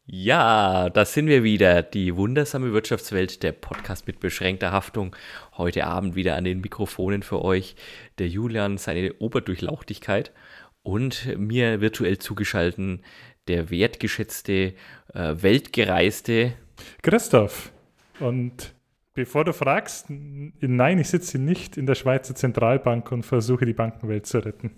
Ja, das sind wir wieder. Die wundersame Wirtschaftswelt, der Podcast mit beschränkter Haftung. Heute Abend wieder an den Mikrofonen für euch. Der Julian, seine Oberdurchlauchtigkeit und mir virtuell zugeschalten der wertgeschätzte, weltgereiste Christoph. Und bevor du fragst, nein, ich sitze nicht in der Schweizer Zentralbank und versuche die Bankenwelt zu retten.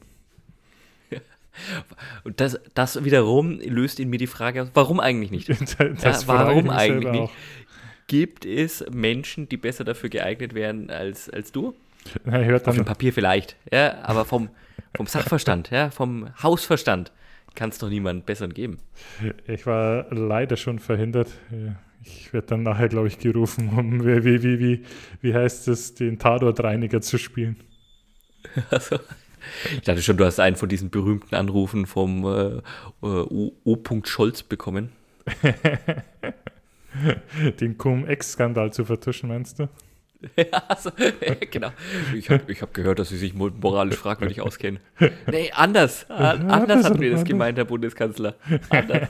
Und das wiederum löst in mir die Frage aus, warum eigentlich nicht? Warum eigentlich nicht? Gibt es Menschen, die besser dafür geeignet wären als du? Na, hört auf dem Papier vielleicht, ja, aber vom Sachverstand, ja, vom Hausverstand kann es doch niemanden besseren geben. Ich war leider schon verhindert. Ich werde dann nachher, glaube ich, gerufen, um, wie heißt es, den Tatortreiniger zu spielen. Also, ich dachte schon, du hast einen von diesen berühmten Anrufen vom O. Scholz bekommen. Den Cum-Ex-Skandal zu vertuschen, meinst du? Ja, also, genau. Ich hab gehört, dass Sie sich moralisch fragwürdig auskennen. Nee, anders hat mir das gemeint, Herr Bundeskanzler. Anders.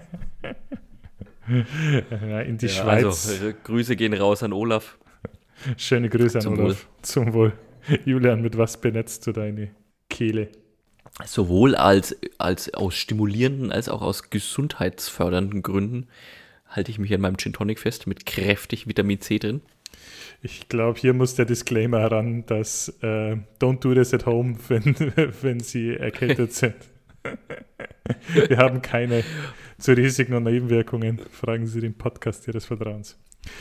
Ja, in die Schweiz. Also, Grüße gehen raus an Olaf. Schöne Grüße an Zum Olaf. Wohl. Zum Wohl. Julian, mit was benetzt du deine Kehle? Sowohl als aus stimulierenden als auch aus gesundheitsfördernden Gründen halte ich mich an meinem Gin Tonic fest mit kräftig Vitamin C drin. Ich glaube, hier muss der Disclaimer heran, dass don't do this at home, wenn Sie erkältet sind. Wir haben keine zu Risiken und Nebenwirkungen. Fragen Sie den Podcast Ihres Vertrauens.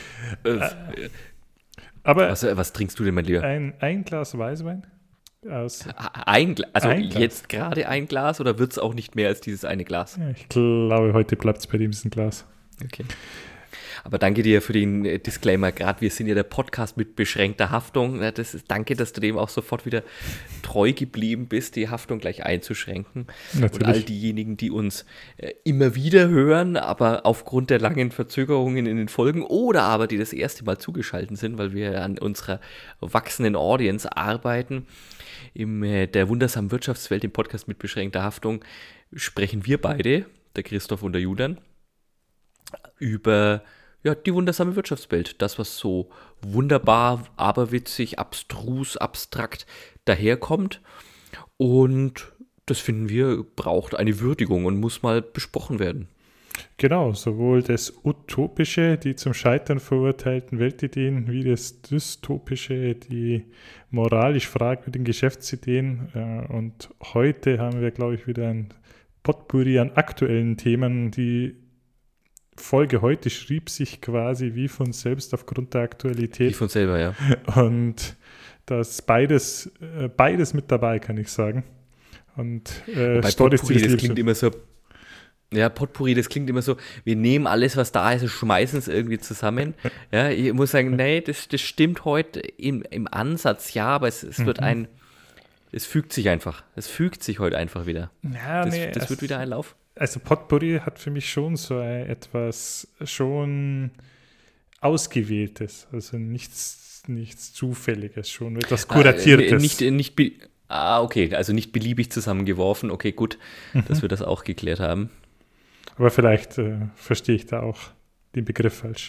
Aber was trinkst du denn, mein Lieber? Ein Glas Weißwein? Ein Glas? Jetzt gerade ein Glas oder wird es auch nicht mehr als dieses eine Glas? Ja, ich glaube, heute bleibt es bei diesem Glas. Okay. Aber danke dir für den Disclaimer. Gerade wir sind ja der Podcast mit beschränkter Haftung. Danke, dass du dem auch sofort wieder treu geblieben bist, die Haftung gleich einzuschränken. Natürlich. Und all diejenigen, die uns immer wieder hören, aber aufgrund der langen Verzögerungen in den Folgen oder aber die das erste Mal zugeschaltet sind, weil wir an unserer wachsenden Audience arbeiten, in der wundersamen Wirtschaftswelt, im Podcast mit beschränkter Haftung, sprechen wir beide, der Christoph und der Julian, über die wundersame Wirtschaftswelt. Das, was so wunderbar, aberwitzig, abstrus, abstrakt daherkommt. Und das finden wir, braucht eine Würdigung und muss mal besprochen werden. Genau, sowohl das Utopische, die zum Scheitern verurteilten Weltideen, wie das Dystopische, die moralisch fragwürdigen Geschäftsideen. Und heute haben wir, glaube ich, wieder ein Potpourri an aktuellen Themen. Die Folge heute schrieb sich quasi wie von selbst aufgrund der Aktualität. Wie von selber, ja. Und das beides mit dabei, kann ich sagen. Und bei Potpourri, das klingt immer so. Ja, Potpourri, das klingt immer so, wir nehmen alles, was da ist, und schmeißen es irgendwie zusammen. Ja, ich muss sagen, nee, das stimmt heute im Ansatz, ja, aber es wird es fügt sich einfach. Es fügt sich heute einfach wieder. Ja, das wird wieder ein Lauf. Also Potpourri hat für mich schon so etwas schon Ausgewähltes, also nichts Zufälliges, schon etwas Kuratiertes. Okay, also nicht beliebig zusammengeworfen. Okay, gut, dass wir das auch geklärt haben. Aber vielleicht verstehe ich da auch den Begriff falsch.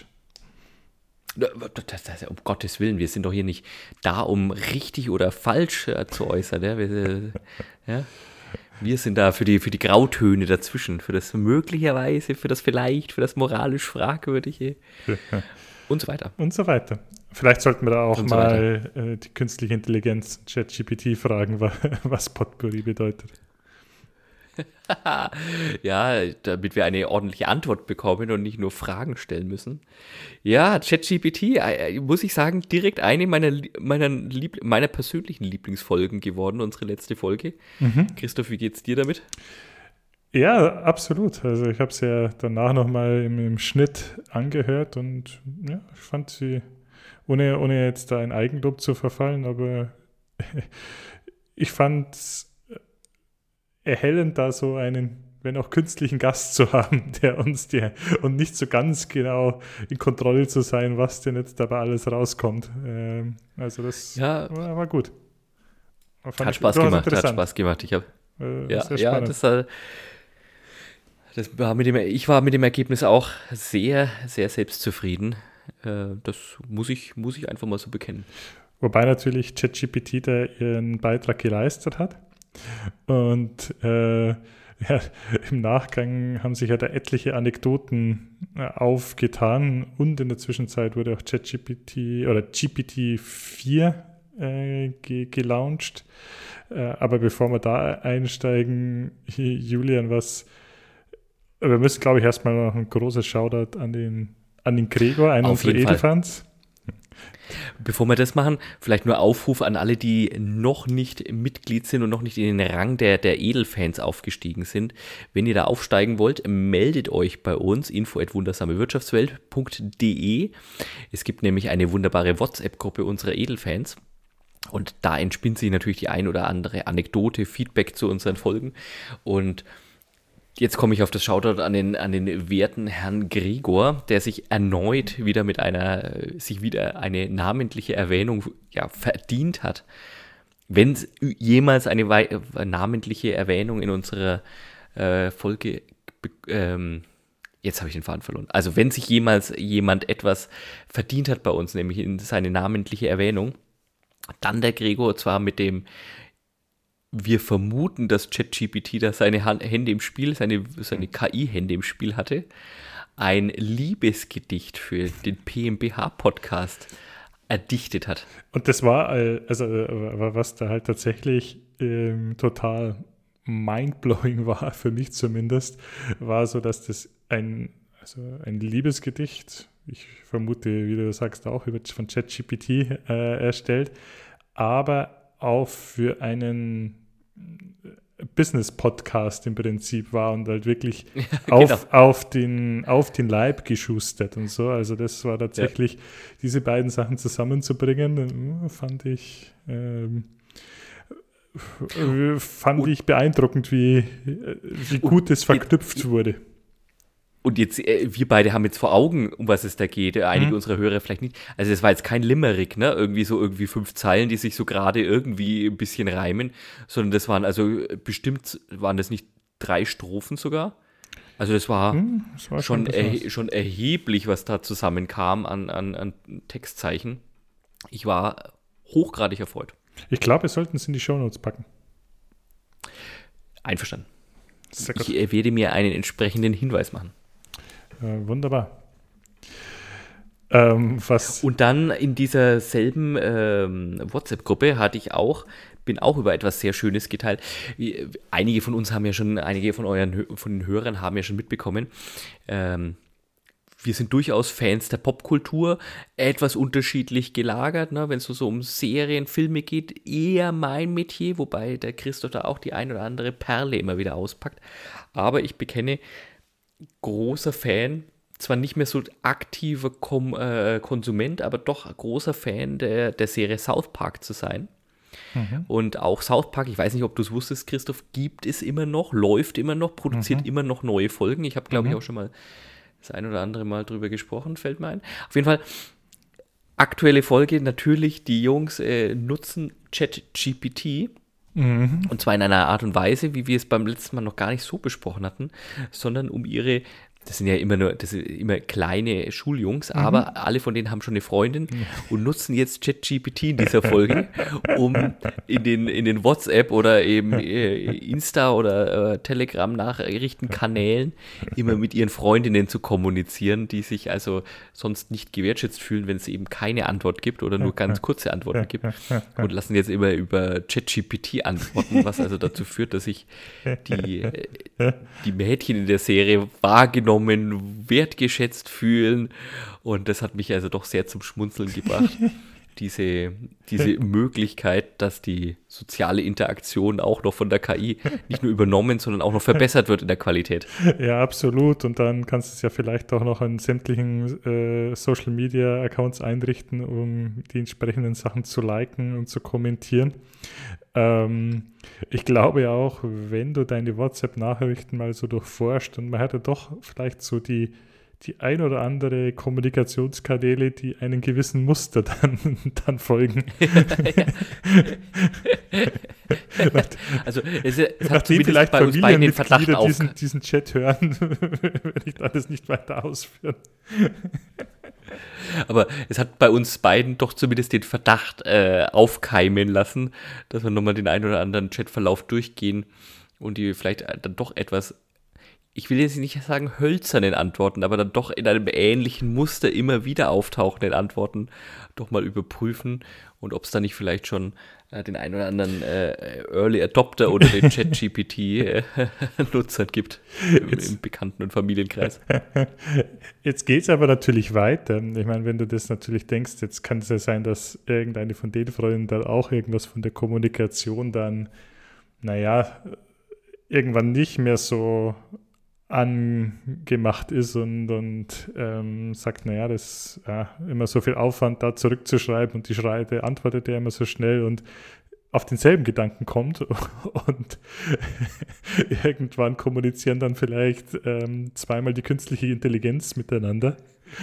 Um Gottes Willen, wir sind doch hier nicht da, um richtig oder falsch zu äußern. Ja? Wir sind da für die Grautöne dazwischen, für das möglicherweise, für das vielleicht, für das moralisch Fragwürdige und so weiter. Und so weiter. Vielleicht sollten wir da auch mal die künstliche Intelligenz, ChatGPT, fragen, was Potpourri bedeutet. Ja, damit wir eine ordentliche Antwort bekommen und nicht nur Fragen stellen müssen. Ja, ChatGPT, muss ich sagen, direkt eine meiner persönlichen Lieblingsfolgen geworden, unsere letzte Folge. Christoph, wie geht's dir damit? Ja, absolut. Also ich habe es ja danach nochmal im Schnitt angehört und ja, ich fand sie, ohne jetzt da in Eigenlob zu verfallen, aber ich fand es erhellend, da so einen, wenn auch künstlichen Gast zu haben, der uns und nicht so ganz genau in Kontrolle zu sein, was denn jetzt dabei alles rauskommt. Also das war gut. Hat Spaß gemacht. Ich habe Ich war mit dem Ergebnis auch sehr, sehr selbstzufrieden. Das muss ich einfach mal so bekennen. Wobei natürlich ChatGPT da ihren Beitrag geleistet hat. Und ja, im Nachgang haben sich ja da etliche Anekdoten aufgetan und in der Zwischenzeit wurde auch ChatGPT oder GPT-4 gelauncht. Aber bevor wir da einsteigen, Julian, wir müssen, glaube ich, erstmal noch ein großes Shoutout an den Gregor, einen unserer Edelfans. Bevor wir das machen, vielleicht nur Aufruf an alle, die noch nicht Mitglied sind und noch nicht in den Rang der Edelfans aufgestiegen sind. Wenn ihr da aufsteigen wollt, meldet euch bei uns, info@wundersamewirtschaftswelt.de. Es gibt nämlich eine wunderbare WhatsApp-Gruppe unserer Edelfans. Und da entspinnt sich natürlich die ein oder andere Anekdote, Feedback zu unseren Folgen. Und jetzt komme ich auf das Shoutout an den werten Herrn Gregor, der sich erneut wieder eine namentliche Erwähnung verdient hat. Wenn es jemals eine namentliche Erwähnung in unserer Folge, jetzt habe ich den Faden verloren. Also wenn sich jemals jemand etwas verdient hat bei uns, nämlich in seine namentliche Erwähnung, dann der Gregor, zwar mit dem: Wir vermuten, dass ChatGPT da seine Hände im Spiel, seine KI-Hände im Spiel hatte, ein Liebesgedicht für den PMBH-Podcast erdichtet hat. Und das war, was da halt tatsächlich total mindblowing war, für mich zumindest, war so, dass das ein Liebesgedicht, ich vermute, wie du sagst, auch von ChatGPT erstellt, aber auch für einen Business-Podcast im Prinzip war und halt wirklich auf den Leib geschustert und so. Also das war tatsächlich, diese beiden Sachen zusammenzubringen, fand ich beeindruckend, wie gut es verknüpft wurde. Und jetzt, wir beide haben jetzt vor Augen, um was es da geht. Einige unserer Hörer vielleicht nicht. Also das war jetzt kein Limerick, ne? Irgendwie 5 Zeilen, die sich so gerade irgendwie ein bisschen reimen, sondern das waren bestimmt waren das nicht 3 Strophen sogar. Also das war schon erheblich, was da zusammenkam an Textzeichen. Ich war hochgradig erfreut. Ich glaube, wir sollten es in die Shownotes packen. Einverstanden. Ich werde mir einen entsprechenden Hinweis machen. Wunderbar. Und dann in dieser selben WhatsApp-Gruppe bin auch über etwas sehr Schönes geteilt. Einige von den Hörern haben ja schon mitbekommen, wir sind durchaus Fans der Popkultur, etwas unterschiedlich gelagert, ne? Wenn es so um Serien, Filme geht, eher mein Metier, wobei der Christoph da auch die ein oder andere Perle immer wieder auspackt. Aber ich bekenne, großer Fan, zwar nicht mehr so aktiver Konsument, aber doch großer Fan der Serie South Park zu sein. Und auch South Park, ich weiß nicht, ob du es wusstest, Christoph, gibt es immer noch, läuft immer noch, produziert immer noch neue Folgen. Ich habe, glaube ich, auch schon mal das ein oder andere Mal drüber gesprochen, fällt mir ein. Auf jeden Fall, aktuelle Folge, natürlich, die Jungs nutzen ChatGPT. Und zwar in einer Art und Weise, wie wir es beim letzten Mal noch gar nicht so besprochen hatten, sondern das sind ja immer kleine Schuljungs, aber alle von denen haben schon eine Freundin und nutzen jetzt ChatGPT in dieser Folge, um in den WhatsApp oder eben Insta oder Telegram-Nachrichtenkanälen immer mit ihren Freundinnen zu kommunizieren, die sich also sonst nicht gewertschätzt fühlen, wenn es eben keine Antwort gibt oder nur ganz kurze Antworten gibt, und lassen jetzt immer über ChatGPT antworten, was also dazu führt, dass sich die Mädchen in der Serie wahrgenommen, wertgeschätzt fühlen, und das hat mich also doch sehr zum Schmunzeln gebracht. Diese Möglichkeit, dass die soziale Interaktion auch noch von der KI nicht nur übernommen, sondern auch noch verbessert wird in der Qualität. Ja, absolut. Und dann kannst du es ja vielleicht auch noch an sämtlichen Social-Media-Accounts einrichten, um die entsprechenden Sachen zu liken und zu kommentieren. Ich glaube ja auch, wenn du deine WhatsApp-Nachrichten mal so durchforscht und man hätte doch vielleicht so die die ein oder andere Kommunikationskanäle, die einem gewissen Muster dann folgen. Also es hat Nachdem vielleicht bei uns beiden den Verdacht Familienmitglieder diesen Chat hören, werde ich das nicht weiter ausführen. Aber es hat bei uns beiden doch zumindest den Verdacht aufkeimen lassen, dass wir nochmal den einen oder anderen Chatverlauf durchgehen und die vielleicht dann doch etwas, ich will jetzt nicht sagen hölzernen Antworten, aber dann doch in einem ähnlichen Muster immer wieder auftauchenden Antworten doch mal überprüfen und ob es da nicht vielleicht schon den einen oder anderen Early Adopter oder den ChatGPT-Nutzer gibt im Bekannten- und Familienkreis. Jetzt geht es aber natürlich weiter. Ich meine, wenn du das natürlich denkst, jetzt kann es ja sein, dass irgendeine von den Freunden dann auch irgendwas von der Kommunikation dann, irgendwann nicht mehr so angemacht ist und sagt, das ist immer so viel Aufwand, da zurückzuschreiben und der antwortet ja immer so schnell und auf denselben Gedanken kommt und irgendwann kommunizieren dann vielleicht zweimal die künstliche Intelligenz miteinander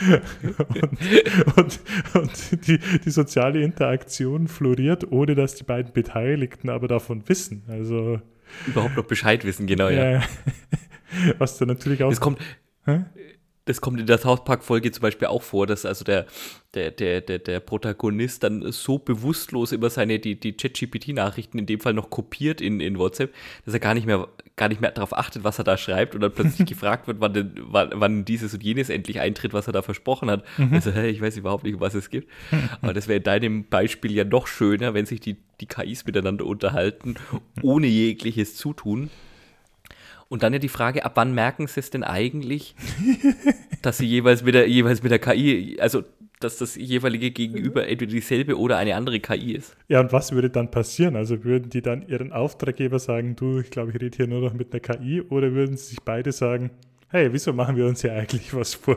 und die soziale Interaktion floriert, ohne dass die beiden Beteiligten aber davon wissen. Also überhaupt noch Bescheid wissen, genau, ja. Was dann natürlich auch... Das kommt in der South Park-Folge zum Beispiel auch vor, dass also der Protagonist dann so bewusstlos immer die ChatGPT-Nachrichten in dem Fall noch kopiert in WhatsApp, dass er gar nicht mehr darauf achtet, was er da schreibt und dann plötzlich gefragt wird, wann dieses und jenes endlich eintritt, was er da versprochen hat. Also, ich weiß überhaupt nicht, um was es gibt. Aber das wäre in deinem Beispiel ja noch schöner, wenn sich die KIs miteinander unterhalten, ohne jegliches Zutun. Und dann ja die Frage, ab wann merken sie es denn eigentlich, dass sie jeweils mit der KI, also dass das jeweilige Gegenüber entweder dieselbe oder eine andere KI ist. Ja, und was würde dann passieren? Also würden die dann ihren Auftraggeber sagen, du, ich glaube, ich rede hier nur noch mit einer KI, oder würden sie sich beide sagen, hey, wieso machen wir uns hier eigentlich was vor?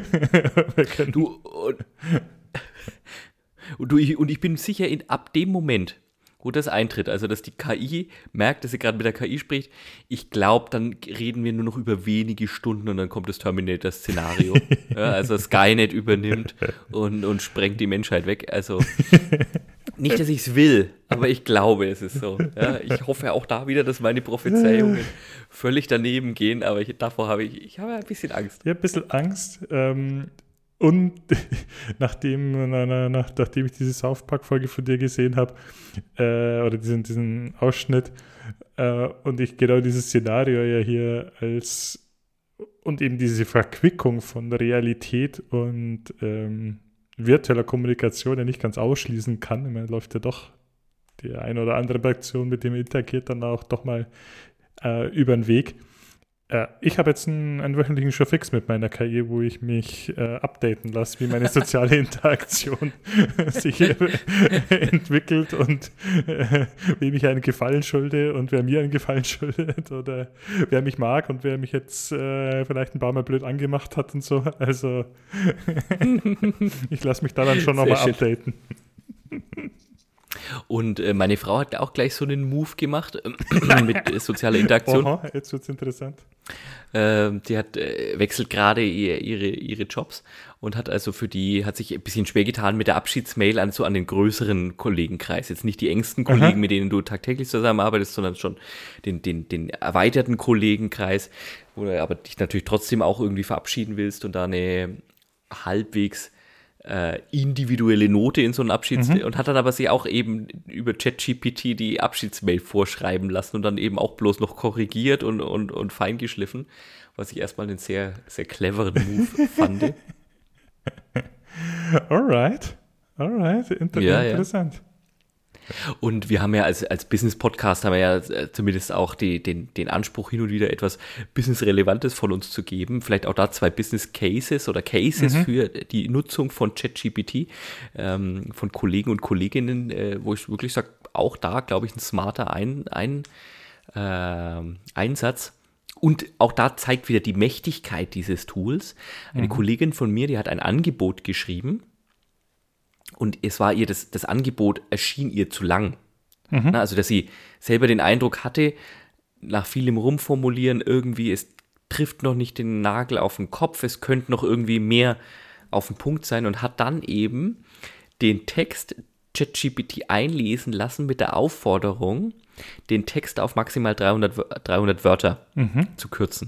Ich bin sicher, ab dem Moment, wo das eintritt, also dass die KI merkt, dass sie gerade mit der KI spricht, ich glaube, dann reden wir nur noch über wenige Stunden und dann kommt das Terminator-Szenario. Ja, also Skynet übernimmt und sprengt die Menschheit weg. Also nicht, dass ich es will, aber ich glaube, es ist so. Ja, ich hoffe auch da wieder, dass meine Prophezeiungen völlig daneben gehen, aber davor habe ich habe ein bisschen Angst. Ja, ein bisschen Angst. Und nachdem ich diese South Park-Folge von dir gesehen habe, oder diesen Ausschnitt, und ich genau dieses Szenario ja hier und eben diese Verquickung von Realität und virtueller Kommunikation ja nicht ganz ausschließen kann. Ich meine, läuft ja doch die eine oder andere Aktion, mit dem interagiert, dann auch doch mal über den Weg. Ich habe jetzt einen wöchentlichen Showfix mit meiner KI, wo ich mich updaten lasse, wie meine soziale Interaktion sich entwickelt und wem ich einen Gefallen schulde und wer mir einen Gefallen schuldet oder wer mich mag und wer mich jetzt vielleicht ein paar Mal blöd angemacht hat und so. Also ich lasse mich da dann schon nochmal updaten. Und meine Frau hat auch gleich so einen Move gemacht mit sozialer Interaktion. Oha, jetzt wird's interessant. Die wechselt gerade ihre Jobs und hat also hat sich ein bisschen schwer getan mit der Abschiedsmail an den größeren Kollegenkreis. Jetzt nicht die engsten Kollegen, mit denen du tagtäglich zusammenarbeitest, sondern schon den erweiterten Kollegenkreis, wo du aber dich natürlich trotzdem auch irgendwie verabschieden willst und da eine halbwegs individuelle Note in so einen und hat dann aber sich auch eben über ChatGPT die Abschiedsmail vorschreiben lassen und dann eben auch bloß noch korrigiert und feingeschliffen, was ich erstmal einen sehr, sehr cleveren Move fand. Alright. Interessant. Und wir haben ja als Business-Podcast haben wir ja zumindest auch den Anspruch, hin und wieder etwas Business-Relevantes von uns zu geben. Vielleicht auch da 2 Business-Cases oder Cases für die Nutzung von ChatGPT von Kollegen und Kolleginnen, wo ich wirklich sage, auch da, glaube ich, ein smarter Einsatz. Und auch da zeigt wieder die Mächtigkeit dieses Tools. Eine Kollegin von mir, die hat ein Angebot geschrieben. Und es war ihr, das Angebot erschien ihr zu lang. Also, dass sie selber den Eindruck hatte, nach vielem Rumformulieren irgendwie, es trifft noch nicht den Nagel auf den Kopf, es könnte noch irgendwie mehr auf den Punkt sein und hat dann eben den Text ChatGPT einlesen lassen mit der Aufforderung, den Text auf maximal 300 Wörter zu kürzen.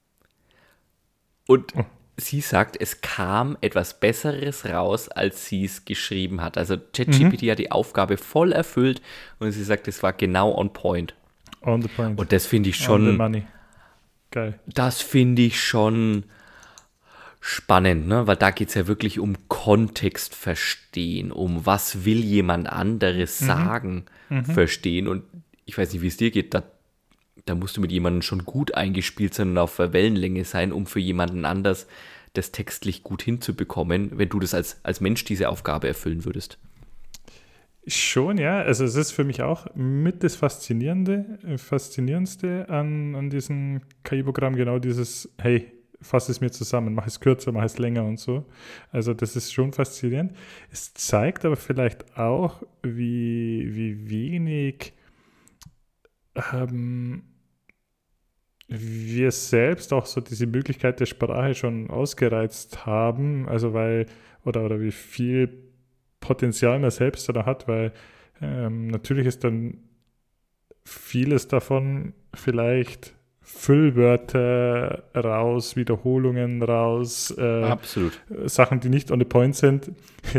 Und sie sagt, es kam etwas Besseres raus, als sie es geschrieben hat. Also ChatGPT hat die Aufgabe voll erfüllt und sie sagt, es war genau on point. On the point. Und das finde ich On the schon, money. Geil. das finde ich schon spannend, ne? Weil da geht es ja wirklich um Kontext verstehen, um was will jemand anderes sagen, verstehen. Und ich weiß nicht, wie es dir geht, da musst du mit jemandem schon gut eingespielt sein und auf der Wellenlänge sein, um für jemanden anders das textlich gut hinzubekommen, wenn du das als Mensch diese Aufgabe erfüllen würdest. Schon, ja. Also es ist für mich auch mit das Faszinierendste an diesem KI-Programm, genau dieses, hey, fass es mir zusammen, mach es kürzer, mach es länger und so. Also das ist schon faszinierend. Es zeigt aber vielleicht auch, wie wenig wir selbst auch so diese Möglichkeit der Sprache schon ausgereizt haben, also oder wie viel Potenzial man selbst da hat, weil natürlich ist dann vieles davon vielleicht Füllwörter raus, Wiederholungen raus, Absolut. Sachen, die nicht on the point sind.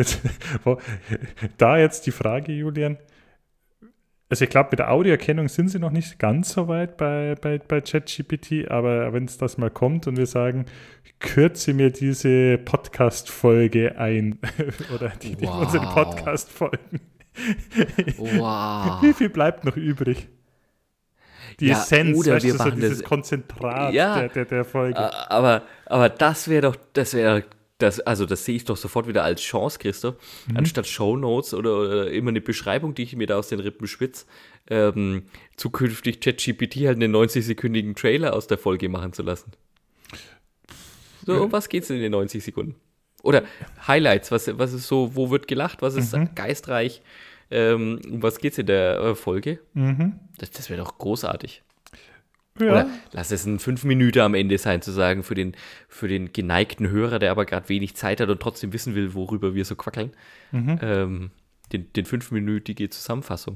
Da jetzt die Frage, Julian, also ich glaube, mit der Audioerkennung sind sie noch nicht ganz so weit bei ChatGPT, aber wenn es das mal kommt und wir sagen, kürze mir diese Podcast-Folge ein oder unsere Podcast-Folgen. Wow. Wie viel bleibt noch übrig? Die Essenz, oder weißt wir du, so machen dieses das, Konzentrat der Folge. Aber das wäre also das sehe ich doch sofort wieder als Chance, Christoph, anstatt Shownotes oder immer eine Beschreibung, die ich mir da aus den Rippen schwitze, zukünftig ChatGPT halt einen 90-sekündigen Trailer aus der Folge machen zu lassen. So, um was geht's in den 90 Sekunden? Oder Highlights, was ist so, wo wird gelacht, was ist geistreich, um was geht's in der Folge? Das wäre doch großartig. Ja. Oder lass es ein 5 Minuten am Ende sein, zu sagen, für den geneigten Hörer, der aber gerade wenig Zeit hat und trotzdem wissen will, worüber wir so quackeln. Den 5-minütige Zusammenfassung.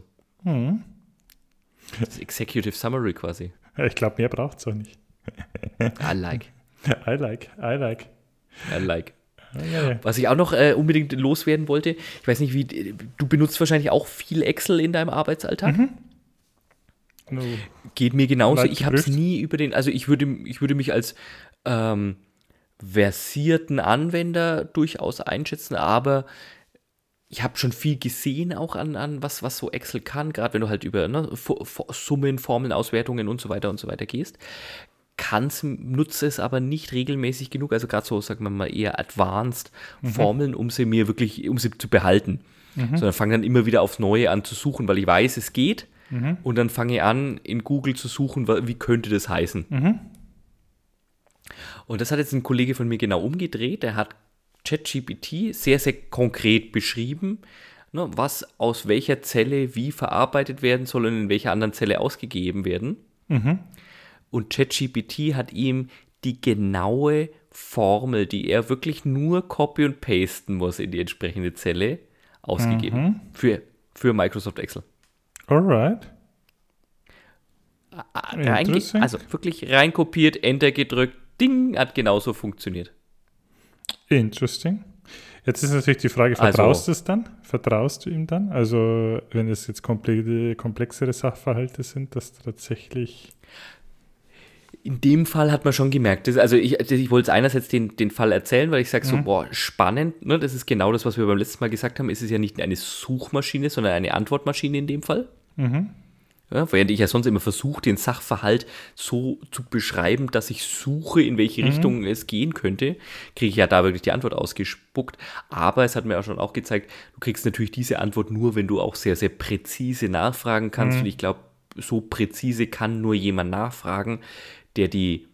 Das Executive Summary quasi. Ich glaube, mehr braucht es auch nicht. I like. I like. Ja. Was ich auch noch unbedingt loswerden wollte, ich weiß nicht, du benutzt wahrscheinlich auch viel Excel in deinem Arbeitsalltag? No. Geht mir genauso. Ich habe es geprüft. nie ich würde mich als versierten Anwender durchaus einschätzen, aber ich habe schon viel gesehen auch an was so Excel kann, gerade wenn du halt über Summen, Formeln, Auswertungen und so weiter gehst. Nutze es aber nicht regelmäßig genug, also gerade so, sagen wir mal, eher advanced Formeln, um sie zu behalten. Sondern fange dann immer wieder aufs Neue an zu suchen, weil ich weiß, es geht. Und dann fange ich an, in Google zu suchen, wie könnte das heißen. Und das hat jetzt ein Kollege von mir genau umgedreht. Der hat ChatGPT sehr, sehr konkret beschrieben, ne, was aus welcher Zelle wie verarbeitet werden soll und in welcher anderen Zelle ausgegeben werden. Und ChatGPT hat ihm die genaue Formel, die er wirklich nur copy und pasten muss in die entsprechende Zelle, ausgegeben. Für Microsoft Excel. Alright. Also wirklich reinkopiert, Enter gedrückt, Ding, hat genauso funktioniert. Interesting. Jetzt ist natürlich die Frage, vertraust du es dann? Vertraust du ihm dann? Also wenn es jetzt komplexere Sachverhalte sind, dass tatsächlich... In dem Fall hat man schon gemerkt, ich wollte einerseits den Fall erzählen, weil ich sage so, spannend, ne? Das ist genau das, was wir beim letzten Mal gesagt haben, es ist ja nicht eine Suchmaschine, sondern eine Antwortmaschine in dem Fall. Ja, während ich ja sonst immer versuche, den Sachverhalt so zu beschreiben, dass ich suche, in welche Richtung es gehen könnte, kriege ich ja da wirklich die Antwort ausgespuckt. Aber es hat mir auch gezeigt, du kriegst natürlich diese Antwort nur, wenn du auch sehr, sehr präzise nachfragen kannst. Und ich glaube, so präzise kann nur jemand nachfragen, der die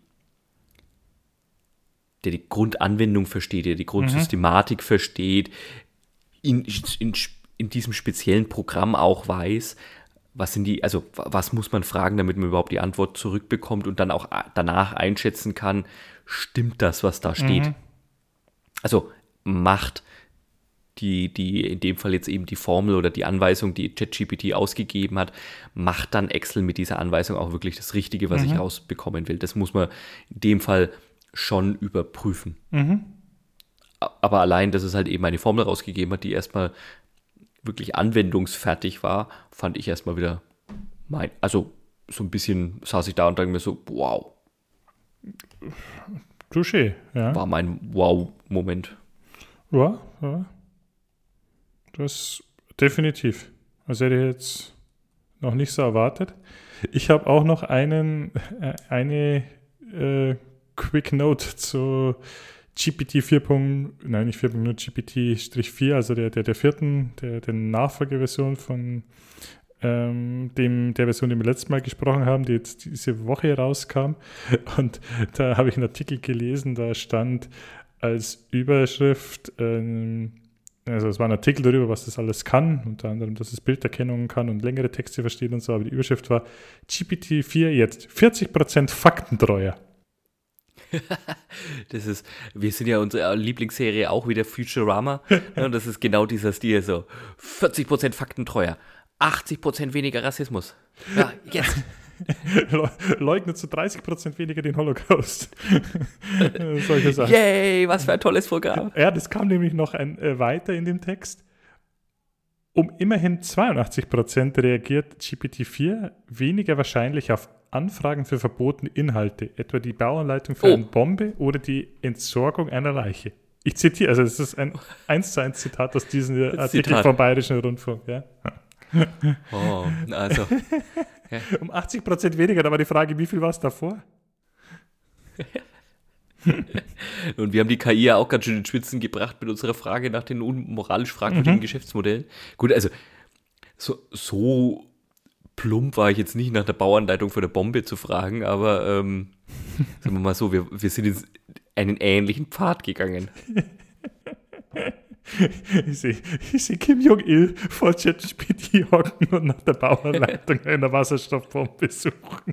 Grundanwendung versteht, der die Grundsystematik versteht, in diesem speziellen Programm auch weiß, was muss man fragen, damit man überhaupt die Antwort zurückbekommt und dann auch danach einschätzen kann, stimmt das, was da steht? Also macht die in dem Fall jetzt eben die Formel oder die Anweisung, die ChatGPT ausgegeben hat, macht dann Excel mit dieser Anweisung auch wirklich das Richtige, was ich rausbekommen will. Das muss man in dem Fall schon überprüfen. Aber allein, dass es halt eben eine Formel rausgegeben hat, die erstmal wirklich anwendungsfertig war, fand ich erstmal wieder also so ein bisschen saß ich da und dachte mir so, wow. Touché, ja. War mein Wow-Moment. Ja. Das definitiv. Also hätte ich jetzt noch nicht so erwartet. Ich habe auch noch eine Quick Note zu GPT 4. Nein, nicht 4. Nur GPT-4, also der vierten, der Nachfolgeversion von der Version, die wir letztes Mal gesprochen haben, die jetzt diese Woche rauskam. Und da habe ich einen Artikel gelesen, da stand als Überschrift, also es war ein Artikel darüber, was das alles kann, unter anderem, dass es Bilderkennung kann und längere Texte versteht und so, aber die Überschrift war GPT-4 jetzt 40% faktentreuer. Wir sind ja unsere Lieblingsserie auch wieder Futurama. Und das ist genau dieser Stil so. 40% faktentreuer, 80% weniger Rassismus. Ja, jetzt. Leugnet zu 30% weniger den Holocaust. Solche Sachen. Yay, was für ein tolles Programm. Ja, das kam nämlich noch weiter in dem Text. Um immerhin 82% reagiert GPT-4 weniger wahrscheinlich auf Anfragen für verbotene Inhalte, etwa die Bauanleitung für eine Bombe oder die Entsorgung einer Leiche. Ich zitiere, also das ist ein 1:1 Zitat aus diesem Artikel vom Bayerischen Rundfunk. Ja. Also. Ja. Um 80% weniger, da war die Frage, wie viel war es davor? Und wir haben die KI ja auch ganz schön in Schwitzen gebracht mit unserer Frage nach den unmoralisch fragwürdigen Geschäftsmodellen. Gut, also so plump war ich jetzt nicht nach der Bauanleitung für eine Bombe zu fragen, aber sagen wir mal so, wir sind in einen ähnlichen Pfad gegangen. Ich sehe Kim Jong-il vor ChatGPT hocken und nach der Bauanleitung einer Wasserstoffbombe suchen.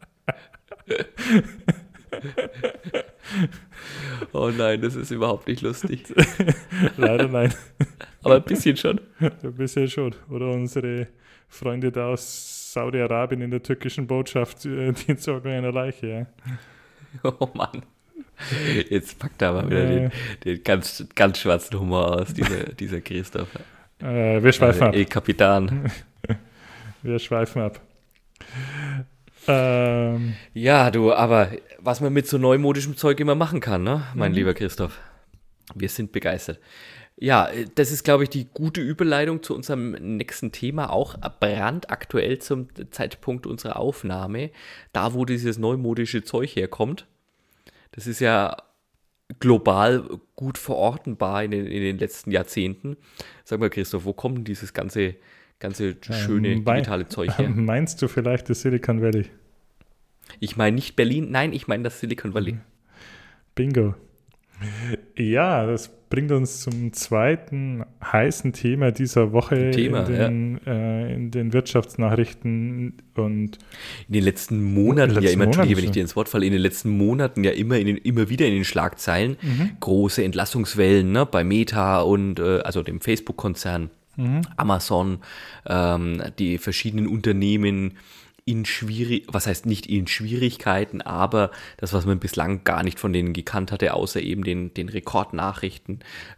Oh nein, das ist überhaupt nicht lustig. Leider nein. Aber ein bisschen schon. Ein bisschen schon. Oder unsere Freunde da aus Saudi-Arabien in der türkischen Botschaft, die Entsorgung einer Leiche. Ja. Oh Mann. Jetzt packt er aber wieder den ganz, ganz schwarzen Humor aus, dieser Christoph. Wir schweifen ab. Kapitan. Wir schweifen ab. Ja, du, aber was man mit so neumodischem Zeug immer machen kann, ne, mein lieber Christoph. Wir sind begeistert. Ja, das ist, glaube ich, die gute Überleitung zu unserem nächsten Thema, auch brandaktuell zum Zeitpunkt unserer Aufnahme, da wo dieses neumodische Zeug herkommt. Das ist ja global gut verortenbar in den letzten Jahrzehnten. Sag mal, Christoph, wo kommt denn dieses ganze schöne digitale Zeug her? Meinst du vielleicht das Silicon Valley? Ich meine nicht Berlin, nein, ich meine das Silicon Valley. Bingo. Ja, das bringt uns zum zweiten heißen Thema dieser Woche in den Wirtschaftsnachrichten und in den letzten Monaten Entschuldige, wenn ich dir ins Wort falle, in den letzten Monaten ja immer wieder in den Schlagzeilen große Entlassungswellen, ne, bei Meta und also dem Facebook-Konzern, Amazon, die verschiedenen Unternehmen was heißt nicht in Schwierigkeiten, aber das, was man bislang gar nicht von denen gekannt hatte, außer eben den Rekordnachrichten,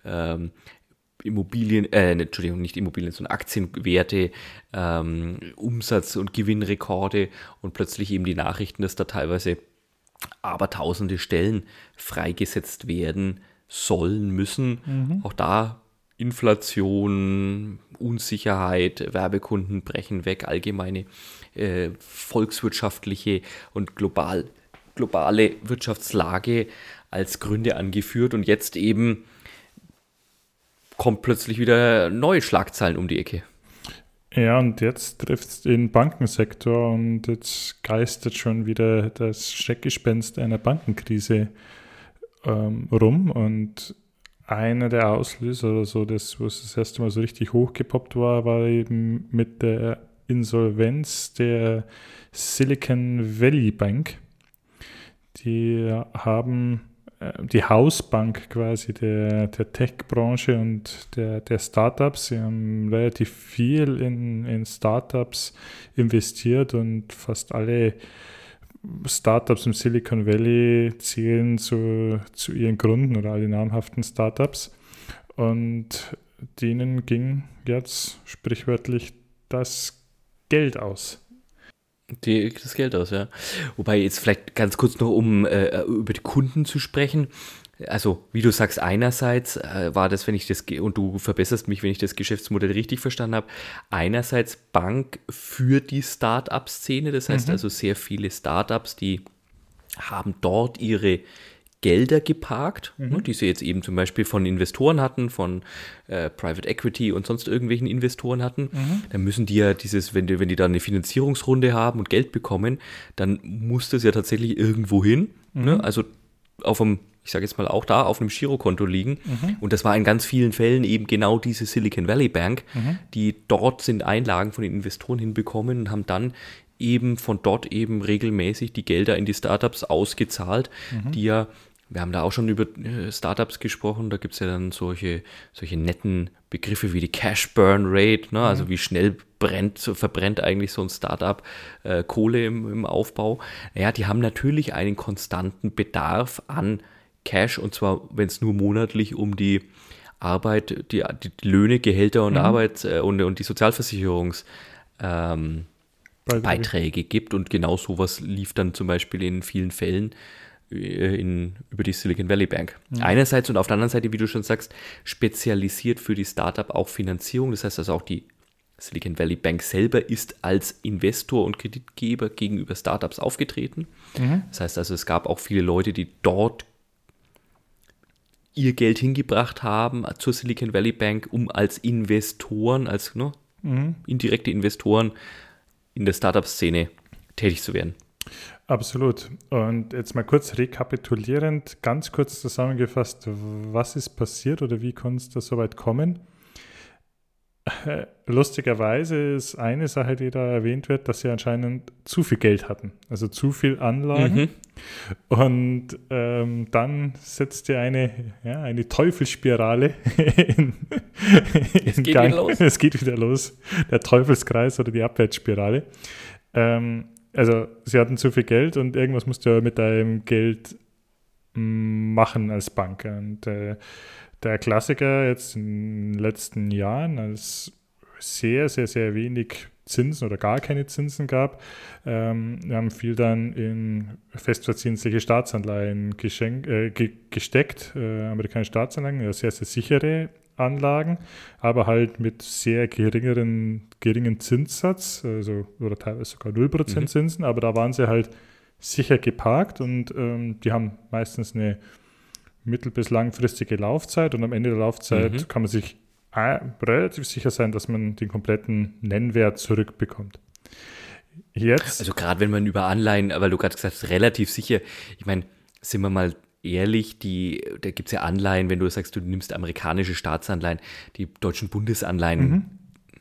nicht Immobilien, sondern Aktienwerte, Umsatz- und Gewinnrekorde und plötzlich eben die Nachrichten, dass da teilweise abertausende Stellen freigesetzt werden sollen müssen. Auch da Inflation, Unsicherheit, Werbekunden brechen weg, allgemeine volkswirtschaftliche und globale Wirtschaftslage als Gründe angeführt und jetzt eben kommt plötzlich wieder neue Schlagzeilen um die Ecke. Ja, und jetzt trifft es den Bankensektor und jetzt geistert schon wieder das Schreckgespenst einer Bankenkrise rum und einer der Auslöser oder so, wo es das erste Mal so richtig hochgepoppt war eben mit der Insolvenz der Silicon Valley Bank. Die haben die Hausbank quasi der Tech-Branche und der Startups. Sie haben relativ viel in Startups investiert und fast alle Startups im Silicon Valley zählen zu ihren Gründen oder alle namhaften Startups. Und denen ging jetzt sprichwörtlich das Geld aus. Das Geld aus, ja. Wobei jetzt vielleicht ganz kurz noch, um über die Kunden zu sprechen. Also, wie du sagst, einerseits war das, wenn ich das, und du verbesserst mich, wenn ich das Geschäftsmodell richtig verstanden habe, einerseits Bank für die Start-up-Szene. Das heißt also, sehr viele Startups, die haben dort ihre Gelder geparkt, die sie jetzt eben zum Beispiel von Investoren hatten, von Private Equity und sonst irgendwelchen Investoren hatten. Dann müssen die ja wenn die da eine Finanzierungsrunde haben und Geld bekommen, dann muss das ja tatsächlich irgendwo hin. Ne? Also ich sage jetzt mal auch da, auf einem Girokonto liegen. Und das war in ganz vielen Fällen eben genau diese Silicon Valley Bank, die dort sind Einlagen von den Investoren hinbekommen und haben dann eben von dort eben regelmäßig die Gelder in die Startups ausgezahlt, die ja, wir haben da auch schon über Startups gesprochen, da gibt es ja dann solche netten Begriffe wie die Cash Burn Rate, ne? Also wie schnell verbrennt eigentlich so ein Startup Kohle im Aufbau. Naja, die haben natürlich einen konstanten Bedarf an Cash, und zwar, wenn es nur monatlich um die Arbeit, die Löhne, Gehälter und und die Sozialversicherungsbeiträge gibt, und genau sowas lief dann zum Beispiel in vielen Fällen über die Silicon Valley Bank. Einerseits, und auf der anderen Seite, wie du schon sagst, spezialisiert für die Startup auch Finanzierung. Das heißt also auch die Silicon Valley Bank selber ist als Investor und Kreditgeber gegenüber Startups aufgetreten. Das heißt also, es gab auch viele Leute, die dort ihr Geld hingebracht haben zur Silicon Valley Bank, um als Investoren, als indirekte Investoren in der Startup-Szene tätig zu werden. Absolut. Und jetzt mal kurz rekapitulierend, ganz kurz zusammengefasst, was ist passiert oder wie konnte es da so weit kommen? Lustigerweise ist eine Sache, die da erwähnt wird, dass sie anscheinend zu viel Geld hatten, also zu viel Anlagen. Und dann setzt ihr eine Teufelsspirale in Gang. Es geht wieder los, der Teufelskreis oder die Abwärtsspirale. Also sie hatten zu viel Geld und irgendwas musst du mit deinem Geld machen als Bank. Und der Klassiker jetzt in den letzten Jahren, als sehr, sehr, sehr wenig Zinsen oder gar keine Zinsen gab, haben viel dann in festverzinsliche Staatsanleihen gesteckt, amerikanische Staatsanleihen, sehr, sehr sichere Anlagen, aber halt mit sehr geringen Zinssatz, also oder teilweise sogar 0% Zinsen, aber da waren sie halt sicher geparkt und die haben meistens eine mittel- bis langfristige Laufzeit und am Ende der Laufzeit kann man sich relativ sicher sein, dass man den kompletten Nennwert zurückbekommt. Jetzt, also gerade wenn man über Anleihen, weil du gerade gesagt hast, relativ sicher, ich meine, sind wir mal ehrlich, da gibt es ja Anleihen, wenn du sagst, du nimmst amerikanische Staatsanleihen, die deutschen Bundesanleihen,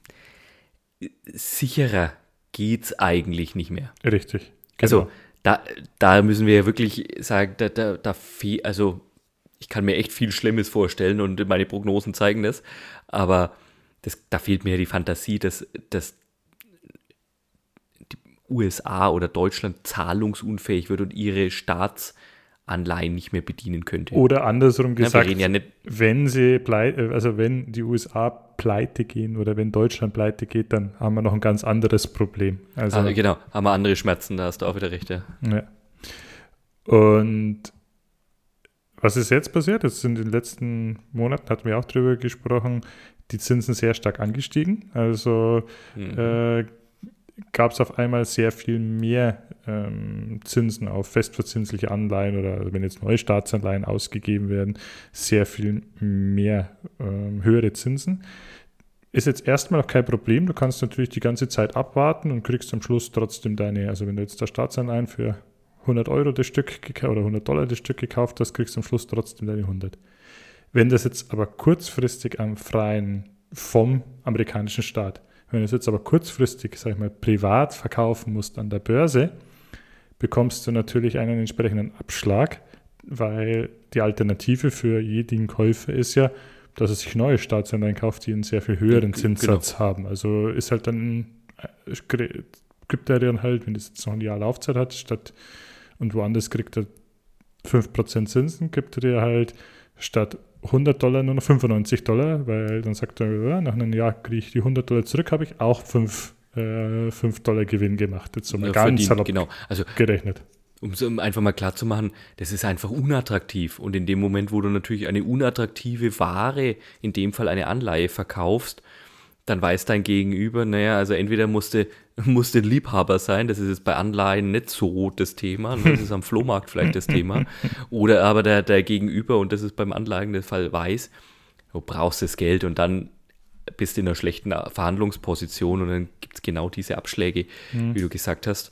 sicherer geht es eigentlich nicht mehr. Richtig. Genau. Also da müssen wir ja wirklich sagen, also ich kann mir echt viel Schlimmes vorstellen und meine Prognosen zeigen das, aber da fehlt mir die Fantasie, dass die USA oder Deutschland zahlungsunfähig wird und ihre Staatsanleihen nicht mehr bedienen könnte. Oder andersrum gesagt, wenn wenn die USA pleite gehen oder wenn Deutschland pleite geht, dann haben wir noch ein ganz anderes Problem. Genau, haben wir andere Schmerzen, da hast du auch wieder recht. Ja. Und was ist jetzt passiert? Jetzt in den letzten Monaten hatten wir auch drüber gesprochen, die Zinsen sehr stark angestiegen. Also gab es auf einmal sehr viel mehr Zinsen auf festverzinsliche Anleihen oder wenn jetzt neue Staatsanleihen ausgegeben werden, sehr viel mehr höhere Zinsen. Ist jetzt erstmal noch kein Problem. Du kannst natürlich die ganze Zeit abwarten und kriegst am Schluss trotzdem also wenn du jetzt da Staatsanleihen für 100 Euro das Stück oder 100 Dollar das Stück gekauft hast, kriegst du am Schluss trotzdem deine 100. Wenn das jetzt aber kurzfristig vom amerikanischen Staat, Wenn du es jetzt aber kurzfristig, sag ich mal, privat verkaufen musst an der Börse, bekommst du natürlich einen entsprechenden Abschlag, weil die Alternative für jeden Käufer ist ja, dass er sich neue Staatsanleihen kauft, die einen sehr viel höheren Zinssatz haben. Also ist halt dann, gibt er dann halt, wenn das jetzt noch ein Jahr Laufzeit hat, und woanders kriegt er 5% Zinsen, gibt er dir halt statt $100 nur noch $95, weil dann sagt er, ja, nach einem Jahr kriege ich die $100 zurück, habe ich auch $5 Gewinn gemacht. Jetzt so mal ganz salopp gerechnet. Um es einfach mal klar zu machen, das ist einfach unattraktiv. Und in dem Moment, wo du natürlich eine unattraktive Ware, in dem Fall eine Anleihe, verkaufst, dann weiß dein Gegenüber, naja, also entweder musste Liebhaber sein, das ist jetzt bei Anleihen nicht so das Thema, das ist am Flohmarkt vielleicht das Thema, oder aber der Gegenüber, und das ist beim Anleihen der Fall, weiß, du brauchst das Geld und dann bist du in einer schlechten Verhandlungsposition und dann gibt es genau diese Abschläge, wie du gesagt hast.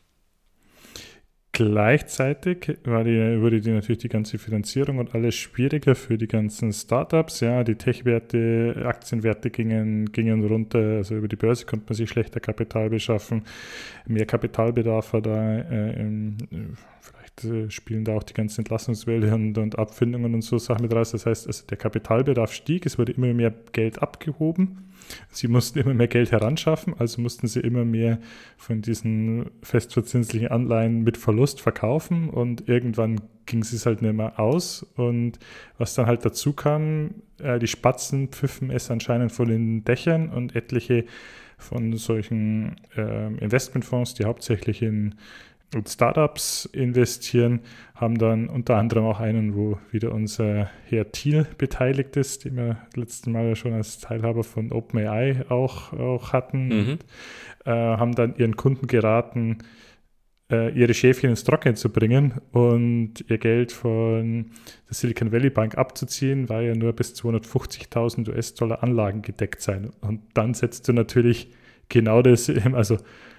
Gleichzeitig wurde natürlich die ganze Finanzierung und alles schwieriger für die ganzen Startups. Ja, die Tech-Werte, Aktienwerte gingen runter. Also über die Börse konnte man sich schlechter Kapital beschaffen. Mehr Kapitalbedarf war da. Vielleicht spielen da auch die ganzen Entlassungswelle und Abfindungen und so Sachen mit raus. Das heißt, also der Kapitalbedarf stieg. Es wurde immer mehr Geld abgehoben. Sie mussten immer mehr Geld heranschaffen, also mussten sie immer mehr von diesen festverzinslichen Anleihen mit Verlust verkaufen und irgendwann ging es halt nicht mehr aus. Und was dann halt dazu kam, die Spatzen pfiffen es anscheinend von den Dächern und etliche von solchen Investmentfonds, die hauptsächlich in Startups investieren, haben dann unter anderem auch einen, wo wieder unser Herr Thiel beteiligt ist, den wir letzten Mal schon als Teilhaber von OpenAI auch hatten, und, haben dann ihren Kunden geraten, ihre Schäfchen ins Trocknen zu bringen und ihr Geld von der Silicon Valley Bank abzuziehen, weil ja nur bis 250.000 US-Dollar Anlagen gedeckt sein. Und dann setzt du natürlich genau das, also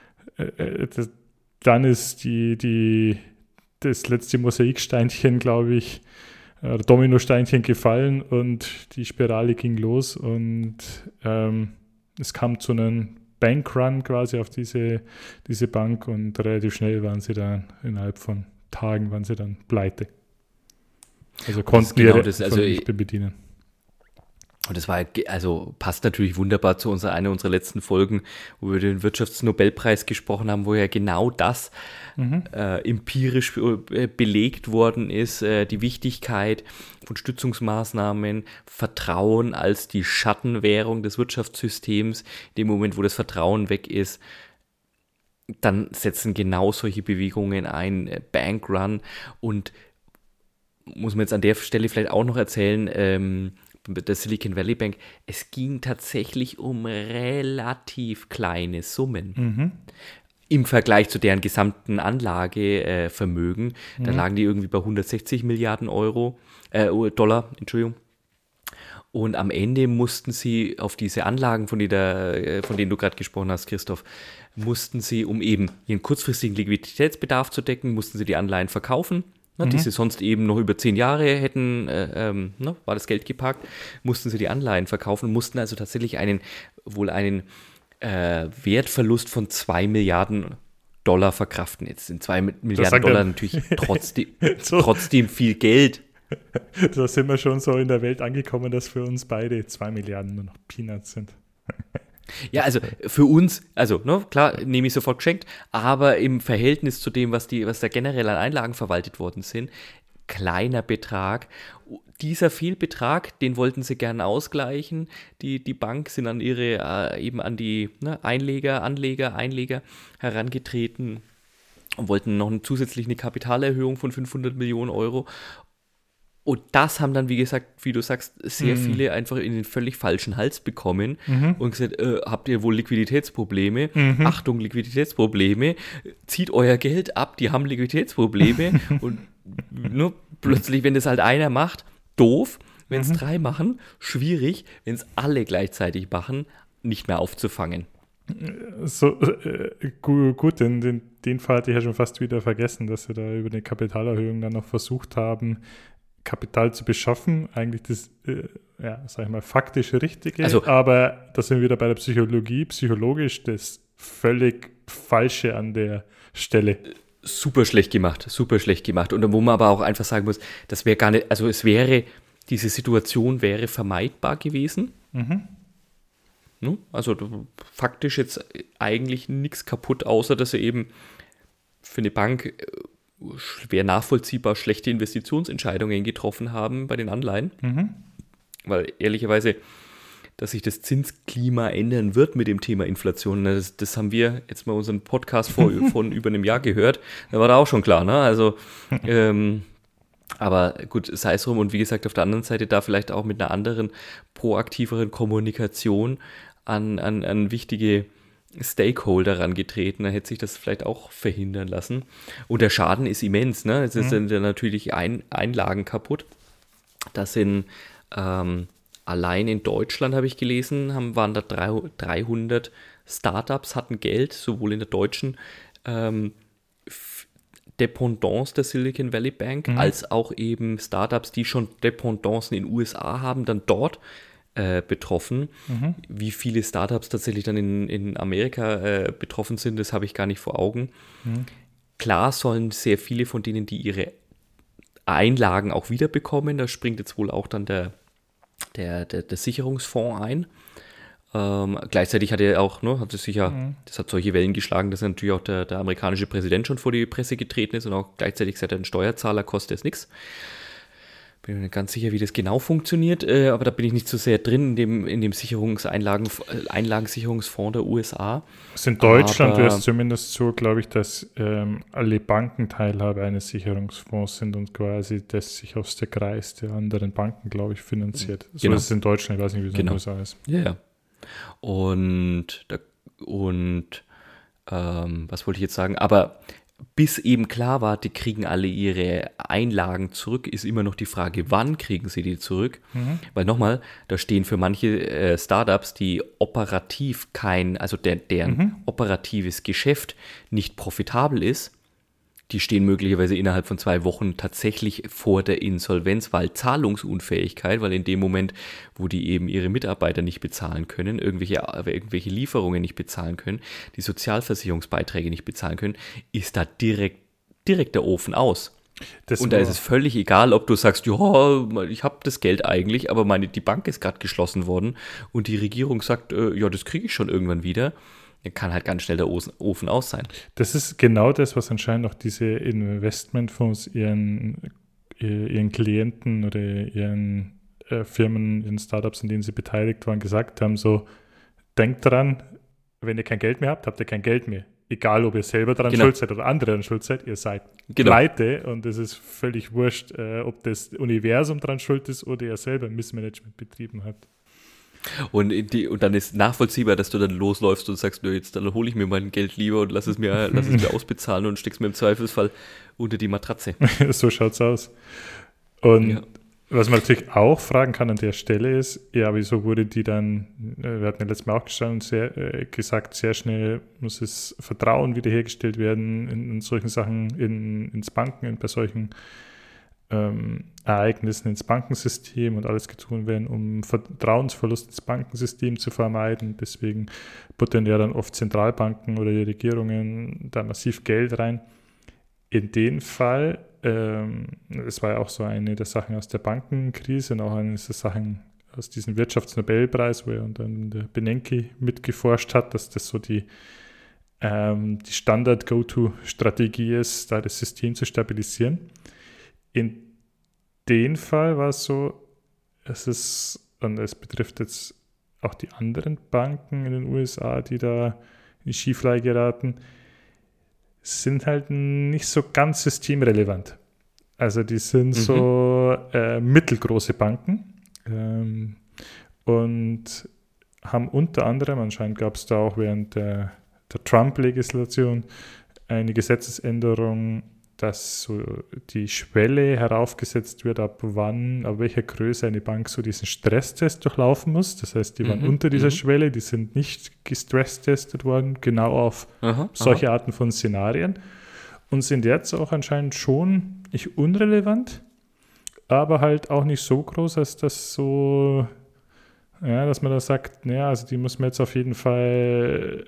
dann ist das letzte Mosaiksteinchen, glaube ich, oder Dominosteinchen gefallen und die Spirale ging los und es kam zu einem Bankrun quasi auf diese Bank und relativ schnell waren sie dann, innerhalb von Tagen waren sie dann pleite. Also konnten ihre nicht mehr bedienen. Und das war, also passt natürlich wunderbar zu einer unserer letzten Folgen, wo wir den Wirtschaftsnobelpreis gesprochen haben, wo ja genau das empirisch belegt worden ist, die Wichtigkeit von Stützungsmaßnahmen, Vertrauen als die Schattenwährung des Wirtschaftssystems. In dem Moment, wo das Vertrauen weg ist, dann setzen genau solche Bewegungen ein, Bankrun. Und muss man jetzt an der Stelle vielleicht auch noch erzählen, der Silicon Valley Bank, es ging tatsächlich um relativ kleine Summen. Im Vergleich zu deren gesamten Anlagevermögen. Da lagen die irgendwie bei 160 Milliarden Dollar, Entschuldigung. Und am Ende mussten sie auf diese Anlagen, von denen du gerade gesprochen hast, Christoph, mussten sie, um eben ihren kurzfristigen Liquiditätsbedarf zu decken, mussten sie die Anleihen verkaufen. Die sie sonst eben noch über 10 Jahre hätten, war das Geld geparkt, mussten sie die Anleihen verkaufen, mussten also tatsächlich einen Wertverlust von 2 Milliarden Dollar verkraften. Jetzt sind 2 Milliarden Dollar natürlich trotzdem viel Geld. Da sind wir schon so in der Welt angekommen, dass für uns beide 2 Milliarden nur noch Peanuts sind. Ja, also für uns, also klar, nehme ich sofort geschenkt, aber im Verhältnis zu dem, was da generell an Einlagen verwaltet worden sind, kleiner Betrag. Dieser Fehlbetrag, den wollten sie gerne ausgleichen. Die Bank sind an an die Anleger herangetreten und wollten noch zusätzlich eine Kapitalerhöhung von 500 Millionen Euro. Und das haben dann, wie gesagt, wie du sagst, sehr viele einfach in den völlig falschen Hals bekommen und gesagt, habt ihr wohl Liquiditätsprobleme? Achtung, Liquiditätsprobleme, zieht euer Geld ab, die haben Liquiditätsprobleme. Und plötzlich, wenn das halt einer macht, doof, wenn es 3 machen, schwierig, wenn es alle gleichzeitig machen, nicht mehr aufzufangen. So, gut, den Fall hatte ich ja schon fast wieder vergessen, dass sie da über eine Kapitalerhöhung dann noch versucht haben, Kapital zu beschaffen, eigentlich das sag ich mal, faktisch Richtige, Also, aber da sind wir wieder bei der Psychologie, psychologisch das völlig Falsche an der Stelle. super schlecht gemacht, super schlecht gemacht. Und wo man aber auch einfach sagen muss, das wäre gar nicht, also diese Situation wäre vermeidbar gewesen. Ne? Also faktisch jetzt eigentlich nichts kaputt, außer dass sie eben für eine Bank schwer nachvollziehbar schlechte Investitionsentscheidungen getroffen haben bei den Anleihen. Weil ehrlicherweise, dass sich das Zinsklima ändern wird mit dem Thema Inflation, das haben wir jetzt mal unseren Podcast von über einem Jahr gehört. Da war da auch schon klar, ne? Also, aber gut, sei es drum. Und wie gesagt, auf der anderen Seite da vielleicht auch mit einer anderen, proaktiveren Kommunikation an wichtige Stakeholder rangetreten, dann hätte sich das vielleicht auch verhindern lassen. Und der Schaden ist immens, ne? Es sind ja natürlich Einlagen kaputt. Das sind allein in Deutschland, habe ich gelesen, waren da 300 Startups hatten Geld, sowohl in der deutschen Dependance der Silicon Valley Bank, als auch eben Startups, die schon Dependancen in den USA haben, dann dort betroffen. Wie viele Startups tatsächlich dann in Amerika betroffen sind, das habe ich gar nicht vor Augen. Klar sollen sehr viele von denen, die ihre Einlagen auch wiederbekommen, da springt jetzt wohl auch dann der Sicherungsfonds ein. Gleichzeitig hat er auch, ne, das hat solche Wellen geschlagen, dass natürlich auch der amerikanische Präsident schon vor die Presse getreten ist und auch gleichzeitig gesagt hat, ein Steuerzahler kostet es nichts. Bin mir nicht ganz sicher, wie das genau funktioniert, aber da bin ich nicht so sehr drin in dem Einlagensicherungsfonds der USA. Also in Deutschland wäre es zumindest so, glaube ich, dass alle Banken Teilhabe eines Sicherungsfonds sind und quasi das sich aus der Kreis der anderen Banken, glaube ich, finanziert. So ist es in Deutschland, ich weiß nicht, wie es in den USA ist. Ja. Und was wollte ich jetzt sagen? Aber bis eben klar war, die kriegen alle ihre Einlagen zurück, ist immer noch die Frage, wann kriegen sie die zurück? Weil nochmal, da stehen für manche Startups, die operativ deren operatives Geschäft nicht profitabel ist, die stehen möglicherweise innerhalb von 2 Wochen tatsächlich vor der Insolvenz, weil Zahlungsunfähigkeit, weil in dem Moment, wo die eben ihre Mitarbeiter nicht bezahlen können, irgendwelche Lieferungen nicht bezahlen können, die Sozialversicherungsbeiträge nicht bezahlen können, ist da direkt der Ofen aus. Und da ist es völlig egal, ob du sagst, ja, ich habe das Geld eigentlich, aber die Bank ist gerade geschlossen worden und die Regierung sagt, ja, das kriege ich schon irgendwann wieder. Dann kann halt ganz schnell der Ofen aus sein. Das ist genau das, was anscheinend auch diese Investmentfonds ihren Klienten oder ihren Firmen, ihren Startups, in denen sie beteiligt waren, gesagt haben, so, denkt dran, wenn ihr kein Geld mehr habt, habt ihr kein Geld mehr. Egal, ob ihr selber daran schuld seid oder andere daran schuld seid, ihr seid pleite und es ist völlig wurscht, ob das Universum daran schuld ist oder ihr selber Missmanagement betrieben habt. Und dann ist nachvollziehbar, dass du dann losläufst und sagst, jetzt dann hole ich mir mein Geld lieber und lass es mir ausbezahlen und steck's mir im Zweifelsfall unter die Matratze. So schaut's aus. Und was man natürlich auch fragen kann an der Stelle ist, ja, wieso wurde die dann, wir hatten ja letztes Mal auch gesagt, sehr schnell muss das Vertrauen wiederhergestellt werden in solchen Sachen, ins Banken, bei solchen Ereignissen ins Bankensystem und alles getan werden, um Vertrauensverlust ins Bankensystem zu vermeiden. Deswegen buttern ja dann oft Zentralbanken oder die Regierungen da massiv Geld rein. In dem Fall, es war ja auch so eine der Sachen aus der Bankenkrise und auch eine der Sachen aus diesem Wirtschaftsnobelpreis, wo ja dann der Bernanke mitgeforscht hat, dass das so die Standard-Go-To-Strategie ist, da das System zu stabilisieren. In dem Fall war es so, und es betrifft jetzt auch die anderen Banken in den USA, die da in die Schieflage geraten, sind halt nicht so ganz systemrelevant. Also die sind so mittelgroße Banken und haben unter anderem, anscheinend gab es da auch während der Trump-Legislation eine Gesetzesänderung, dass so die Schwelle heraufgesetzt wird, ab welcher Größe eine Bank so diesen Stresstest durchlaufen muss. Das heißt, die waren unter dieser Schwelle, die sind nicht gestresstestet worden, genau auf solche Arten von Szenarien und sind jetzt auch anscheinend schon nicht unrelevant. aber halt auch nicht so groß, als das so, ja, dass man da sagt, naja, also die muss man jetzt auf jeden Fall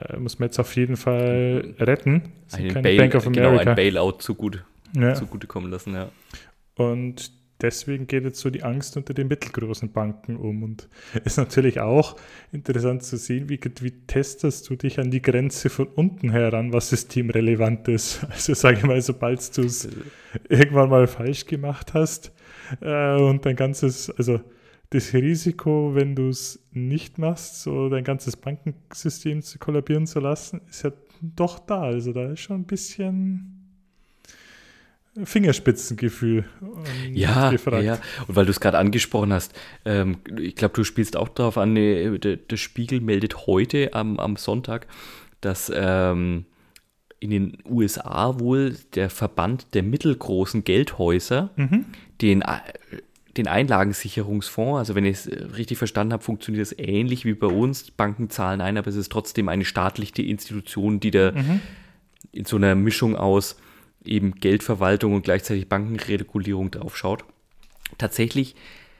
retten. Das sind keine Bank of America. Ein Bailout zugutekommen lassen, ja. Und deswegen geht jetzt so die Angst unter den mittelgroßen Banken um. Und ist natürlich auch interessant zu sehen, wie testest du dich an die Grenze von unten heran, was systemrelevant ist. Also sage ich mal, sobald du es irgendwann mal falsch gemacht hast und dein ganzes, also das Risiko, wenn du es nicht machst, so dein ganzes Bankensystem zu kollabieren zu lassen, ist ja doch da. Also da ist schon ein bisschen Fingerspitzengefühl gefragt. Ja. Und weil du es gerade angesprochen hast, ich glaube, du spielst auch darauf an, der Spiegel meldet heute am Sonntag, dass in den USA wohl der Verband der mittelgroßen Geldhäuser den Einlagensicherungsfonds, also wenn ich es richtig verstanden habe, funktioniert das ähnlich wie bei uns, Banken zahlen ein, aber es ist trotzdem eine staatliche Institution, die da in so einer Mischung aus eben Geldverwaltung und gleichzeitig Bankenregulierung drauf schaut. Tatsächlich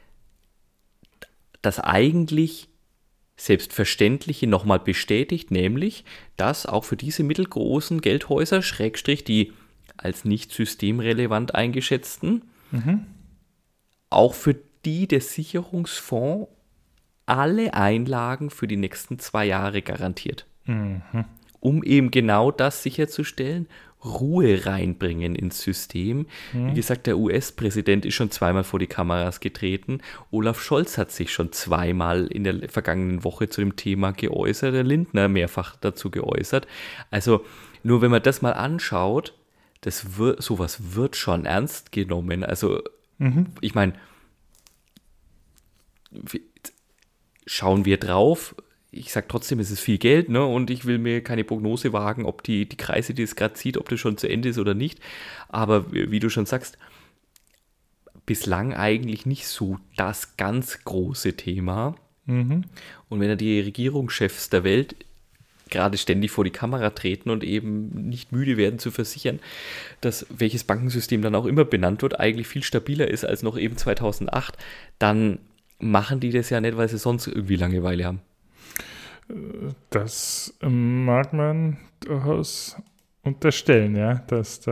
das eigentlich Selbstverständliche nochmal bestätigt, nämlich, dass auch für diese mittelgroßen Geldhäuser, Schrägstrich, die als nicht systemrelevant eingeschätzten, auch für die der Sicherungsfonds alle Einlagen für die nächsten 2 Jahre garantiert. Um eben genau das sicherzustellen, Ruhe reinbringen ins System. Wie gesagt, der US-Präsident ist schon 2-mal vor die Kameras getreten. Olaf Scholz hat sich schon 2-mal in der vergangenen Woche zu dem Thema geäußert. Der Lindner mehrfach dazu geäußert. Also nur wenn man das mal anschaut, sowas wird schon ernst genommen. Also ich meine, schauen wir drauf. Ich sage trotzdem, es ist viel Geld, ne? Und ich will mir keine Prognose wagen, ob die Kreise, die es gerade zieht, ob das schon zu Ende ist oder nicht. Aber wie du schon sagst, bislang eigentlich nicht so das ganz große Thema. Und wenn ja die Regierungschefs der Welt gerade ständig vor die Kamera treten und eben nicht müde werden zu versichern, dass welches Bankensystem dann auch immer benannt wird, eigentlich viel stabiler ist als noch eben 2008, dann machen die das ja nicht, weil sie sonst irgendwie Langeweile haben. Das mag man durchaus unterstellen, ja, dass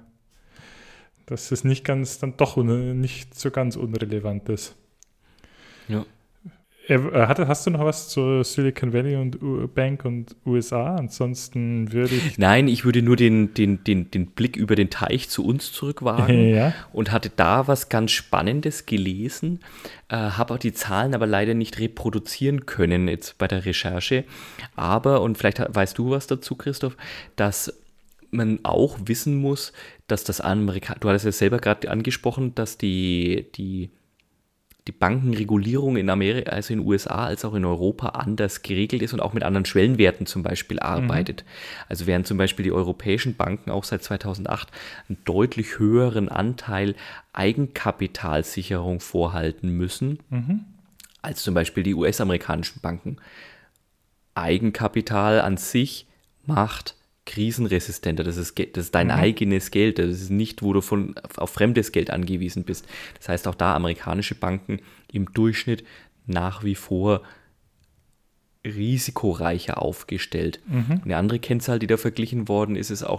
es nicht so ganz unrelevant ist. Ja. Hast du noch was zur Silicon Valley und Bank und USA? Ansonsten würde ich... Nein, ich würde nur den Blick über den Teich zu uns zurückwagen und hatte da was ganz Spannendes gelesen, habe auch die Zahlen aber leider nicht reproduzieren können jetzt bei der Recherche. Aber, und vielleicht weißt du was dazu, Christoph, dass man auch wissen muss, dass du hattest ja selber gerade angesprochen, dass die Bankenregulierung in Amerika, also in den USA als auch in Europa anders geregelt ist und auch mit anderen Schwellenwerten zum Beispiel arbeitet. Also während zum Beispiel die europäischen Banken auch seit 2008 einen deutlich höheren Anteil Eigenkapitalsicherung vorhalten müssen, als zum Beispiel die US-amerikanischen Banken. Eigenkapital an sich macht krisenresistenter, das ist dein eigenes Geld, das ist nicht, wo du auf fremdes Geld angewiesen bist. Das heißt, auch da amerikanische Banken im Durchschnitt nach wie vor risikoreicher aufgestellt. Eine andere Kennzahl, die da verglichen worden ist, ist auch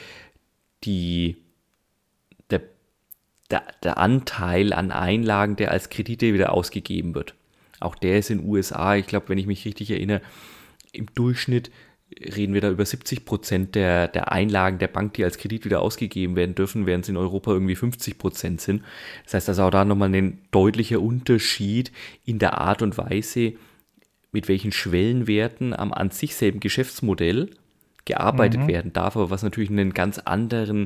der Anteil an Einlagen, der als Kredite wieder ausgegeben wird. Auch der ist in den USA, ich glaube, wenn ich mich richtig erinnere, im Durchschnitt reden wir da über 70% der Einlagen der Bank, die als Kredit wieder ausgegeben werden dürfen, während es in Europa irgendwie 50% sind. Das heißt also auch da nochmal ein deutlicher Unterschied in der Art und Weise, mit welchen Schwellenwerten am an sich selben Geschäftsmodell gearbeitet werden darf, aber was natürlich einen ganz anderen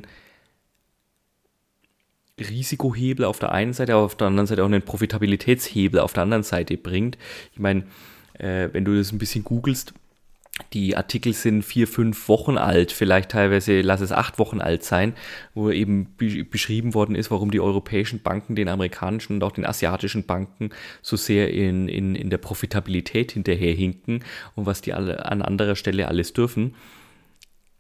Risikohebel auf der einen Seite, aber auf der anderen Seite auch einen Profitabilitätshebel auf der anderen Seite bringt. Ich meine, wenn du das ein bisschen googelst, die Artikel sind 4-5 Wochen alt, vielleicht teilweise, lass es 8 Wochen alt sein, wo eben beschrieben worden ist, warum die europäischen Banken den amerikanischen und auch den asiatischen Banken so sehr in der Profitabilität hinterherhinken und was die alle an anderer Stelle alles dürfen.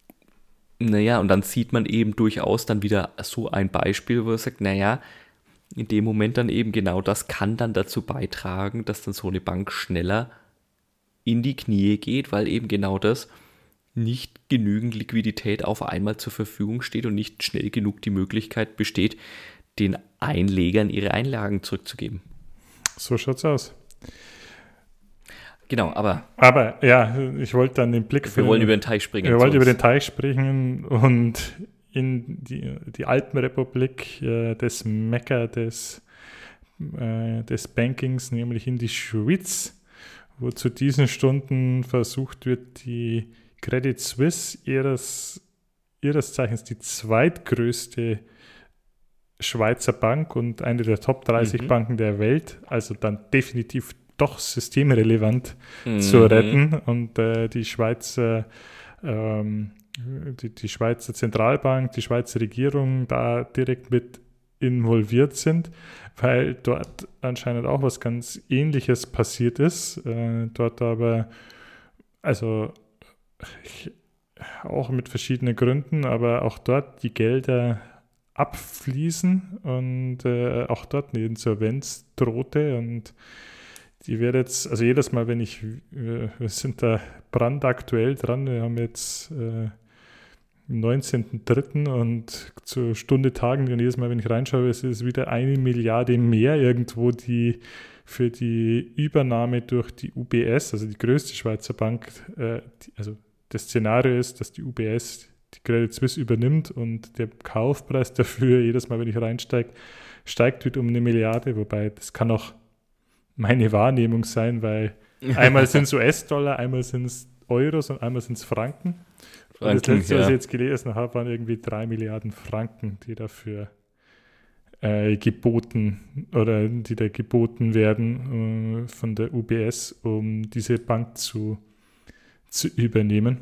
Naja, und dann sieht man eben durchaus dann wieder so ein Beispiel, wo man sagt, naja, in dem Moment dann eben genau das kann dann dazu beitragen, dass dann so eine Bank schneller in die Knie geht, weil eben genau das nicht genügend Liquidität auf einmal zur Verfügung steht und nicht schnell genug die Möglichkeit besteht, den Einlegern ihre Einlagen zurückzugeben. So schaut's aus. Genau, aber ja, ich wollte dann den Blick wir wollen über den Teich springen. Wir wollten über den Teich springen und in die Alpenrepublik, des Mekka des Bankings, nämlich in die Schweiz, wo zu diesen Stunden versucht wird, die Credit Suisse, ihres Zeichens die zweitgrößte Schweizer Bank und eine der Top 30 Banken der Welt, also dann definitiv doch systemrelevant zu retten und die Schweizer die Schweizer Zentralbank, die Schweizer Regierung da direkt mit involviert sind, weil dort anscheinend auch was ganz Ähnliches passiert ist. Dort aber, also auch mit verschiedenen Gründen, aber auch dort die Gelder abfließen und auch dort eine Insolvenz drohte und die wird jetzt, also jedes Mal, wir sind da brandaktuell dran, wir haben jetzt 19.03. und zur Stunde Tagen und jedes Mal, wenn ich reinschaue, ist es wieder 1 Milliarde mehr irgendwo, die für die Übernahme durch die UBS, also die größte Schweizer Bank, also das Szenario ist, dass die UBS die Credit Suisse übernimmt und der Kaufpreis dafür, jedes Mal, wenn ich reinsteige, steigt wieder um 1 Milliarde, wobei das kann auch meine Wahrnehmung sein, weil einmal sind es US-Dollar, einmal sind es Euros und einmal sind es Franken. Und das letzte, was ich jetzt gelesen habe, waren irgendwie 3 Milliarden Franken, die dafür geboten werden von der UBS, um diese Bank zu übernehmen.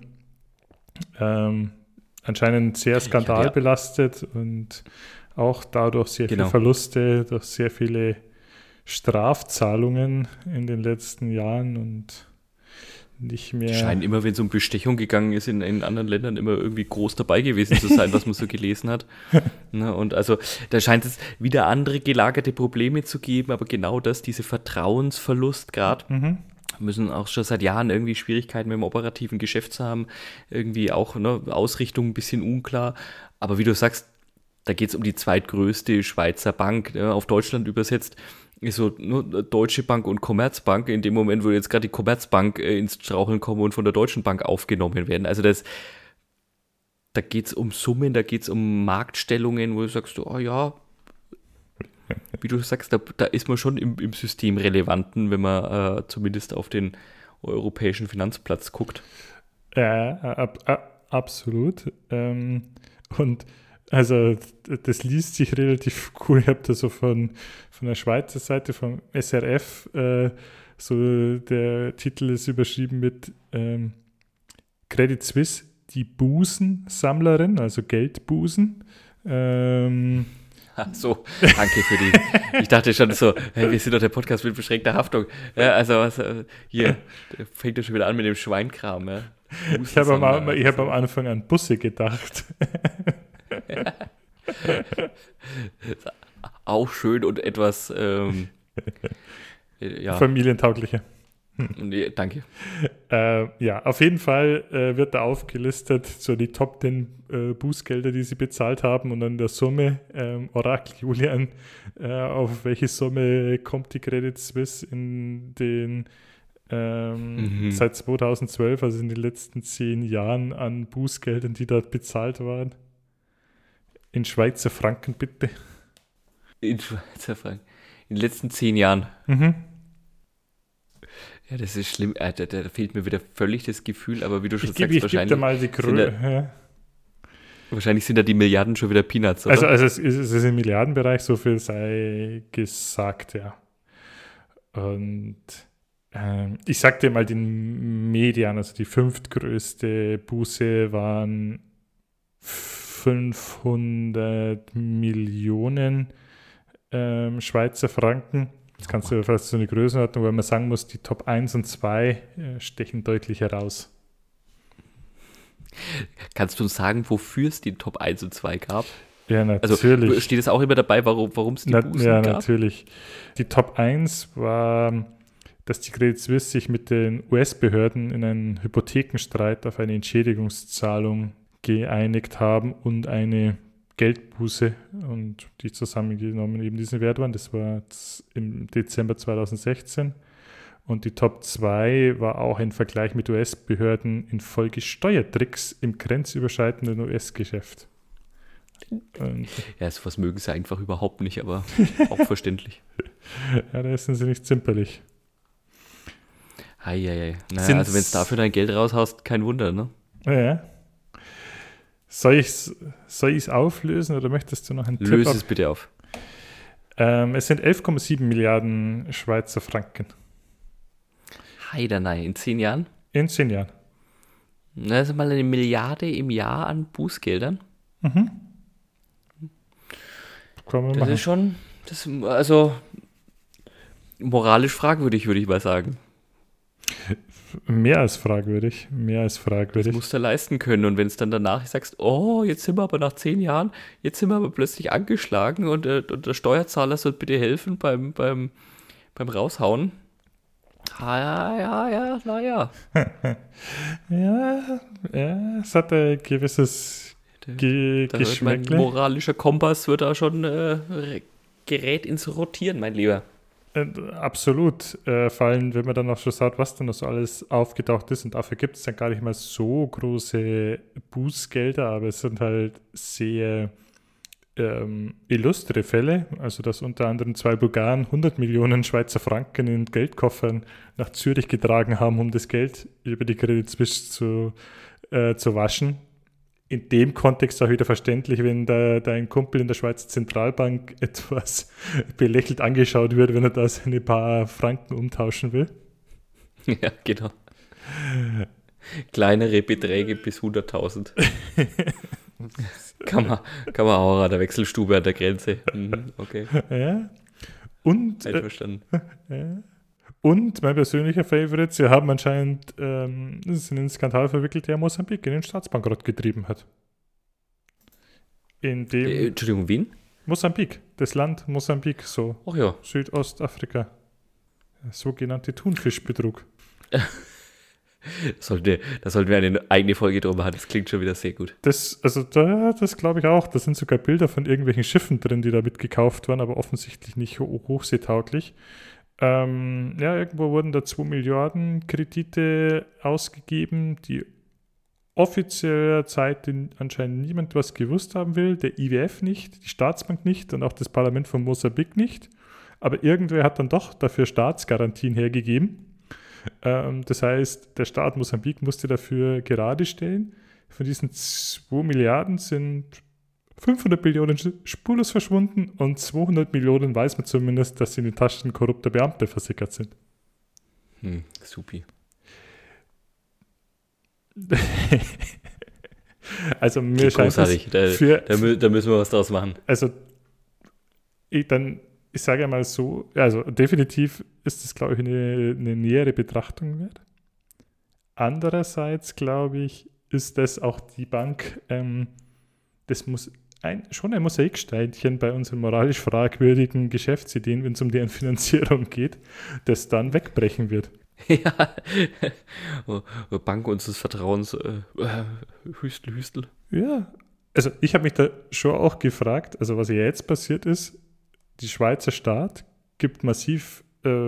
Anscheinend sehr skandalbelastet und auch dadurch sehr viele Verluste, durch sehr viele Strafzahlungen in den letzten Jahren und nicht mehr. Scheint immer, wenn es um Bestechung gegangen ist, in anderen Ländern immer irgendwie groß dabei gewesen zu sein, was man so gelesen hat. Na, und also da scheint es wieder andere gelagerte Probleme zu geben, aber genau das, diese Vertrauensverlust gerade, müssen auch schon seit Jahren irgendwie Schwierigkeiten mit dem operativen Geschäft zu haben, irgendwie auch Ausrichtung ein bisschen unklar, aber wie du sagst, da geht es um die zweitgrößte Schweizer Bank, auf Deutschland übersetzt, ist so nur Deutsche Bank und Commerzbank, in dem Moment, wo jetzt gerade die Commerzbank ins Straucheln kommen und von der Deutschen Bank aufgenommen werden. Also da geht es um Summen, da geht es um Marktstellungen, wo du sagst, oh ja, wie du sagst, da ist man schon im System Relevanten, wenn man zumindest auf den europäischen Finanzplatz guckt. Absolut. Und also das liest sich relativ cool. Ich habe da so von der Schweizer Seite, vom SRF, so der Titel ist überschrieben mit Credit Suisse, die Busensammlerin, also Geldbusen. Ach so, danke für die. Ich dachte schon so, hey, wir sind doch der Podcast mit beschränkter Haftung. Ja, also hier fängt er schon wieder an mit dem Schweinkram. Ja. Ich habe am Anfang an Busse gedacht. Auch schön und etwas familientauglicher. Nee, danke. Auf jeden Fall wird da aufgelistet, so die Top 10 Bußgelder, die sie bezahlt haben und dann der Summe, Orakel Julian, auf welche Summe kommt die Credit Suisse in den seit 2012, also in den letzten 10 Jahren an Bußgeldern, die dort bezahlt waren? In Schweizer Franken, bitte. In Schweizer Franken. In den letzten 10 Jahren. Ja, das ist schlimm. Da fehlt mir wieder völlig das Gefühl, aber wie du schon sagst, wahrscheinlich sind da die Milliarden schon wieder Peanuts, oder? Also es ist im Milliardenbereich, so viel sei gesagt, ja. Und ich sag dir mal den Median, also die 5. größte Buße waren 500 Millionen Schweizer Franken. Jetzt kannst du fast so eine Größenordnung, weil man sagen muss, die Top 1 und 2 stechen deutlich heraus. Kannst du uns sagen, wofür es die Top 1 und 2 gab? Ja, natürlich. Also steht es auch immer dabei, warum es die Bußen Ja, gab? natürlich. Die Top 1 war, dass die Credit Suisse sich mit den US-Behörden in einen Hypothekenstreit auf eine Entschädigungszahlung geeinigt haben und eine Geldbuße, und die zusammengenommen eben diesen Wert waren. Das war im Dezember 2016. Und die Top 2 war auch ein Vergleich mit US-Behörden infolge Steuertricks im grenzüberschreitenden US-Geschäft. Ja, sowas mögen sie einfach überhaupt nicht, aber auch verständlich. Ja, da sind sie nicht zimperlich. Naja, also wenn es dafür dein Geld raushaust, kein Wunder, ne? Ja. Soll ich es auflösen oder möchtest du noch einen Tipp? Löse es bitte auf. Es sind 11,7 Milliarden Schweizer Franken. Heidanei, in 10 Jahren? In 10 Jahren. Das ist mal 1 Milliarde im Jahr an Bußgeldern. Mhm. Das ist schon, also moralisch fragwürdig, würde ich mal sagen. Mehr als fragwürdig. Das musst du leisten können. Und wenn es dann danach sagst, oh, jetzt sind wir aber nach 10 Jahren, jetzt sind wir aber plötzlich angeschlagen und der Steuerzahler soll bitte helfen beim Raushauen. Naja. Ja, es hat ein gewisses Geschmäckle. Mein moralischer Kompass wird da schon gerät ins Rotieren, mein Lieber. Absolut. Vor allem, wenn man dann auch schon sagt, was dann noch so alles aufgetaucht ist. Und dafür gibt es dann gar nicht mal so große Bußgelder, aber es sind halt sehr illustre Fälle. Also, dass unter anderem 2 Bulgaren 100 Millionen Schweizer Franken in Geldkoffern nach Zürich getragen haben, um das Geld über die Credit Suisse zu waschen. In dem Kontext auch wieder verständlich, wenn dein Kumpel in der Schweizer Zentralbank etwas belächelt angeschaut wird, wenn er da seine paar Franken umtauschen will. Ja, genau. Kleinere Beträge bis 100.000. kann man auch an der Wechselstube an der Grenze. Okay. Ja. Und, Einverstanden. Ja. Und mein persönlicher Favorite, sie haben anscheinend sind in einen Skandal verwickelt, der Mosambik in den Staatsbankrott getrieben hat. Entschuldigung, Wien? Mosambik, das Land Mosambik, so Ach ja. Südostafrika. Der sogenannte Thunfischbetrug. Da sollten wir eine eigene Folge drüber haben, das klingt schon wieder sehr gut. Das glaube ich auch. Da sind sogar Bilder von irgendwelchen Schiffen drin, die da mitgekauft waren, aber offensichtlich nicht hochseetauglich. Irgendwo wurden da 2 Milliarden Kredite ausgegeben, die offiziell Zeit anscheinend niemand was gewusst haben will, der IWF nicht, die Staatsbank nicht und auch das Parlament von Mosambik nicht. Aber irgendwer hat dann doch dafür Staatsgarantien hergegeben. Das heißt, der Staat Mosambik musste dafür gerade stellen. Von diesen 2 Milliarden sind 500 Millionen spurlos verschwunden und 200 Millionen weiß man zumindest, dass sie in den Taschen korrupter Beamte versickert sind. Supi. Also mir scheint großartig. Da müssen wir was draus machen. Also ich sage einmal so, also definitiv ist es, glaube ich, eine nähere Betrachtung wert. Andererseits, glaube ich, ist das auch die Bank, das muss schon ein Mosaiksteinchen bei unseren moralisch fragwürdigen Geschäftsideen, wenn es um deren Finanzierung geht, das dann wegbrechen wird. Ja, Bank unseres Vertrauens, Hüstel. Ja, also ich habe mich da schon auch gefragt, also was ja jetzt passiert ist, die Schweizer Staat gibt massive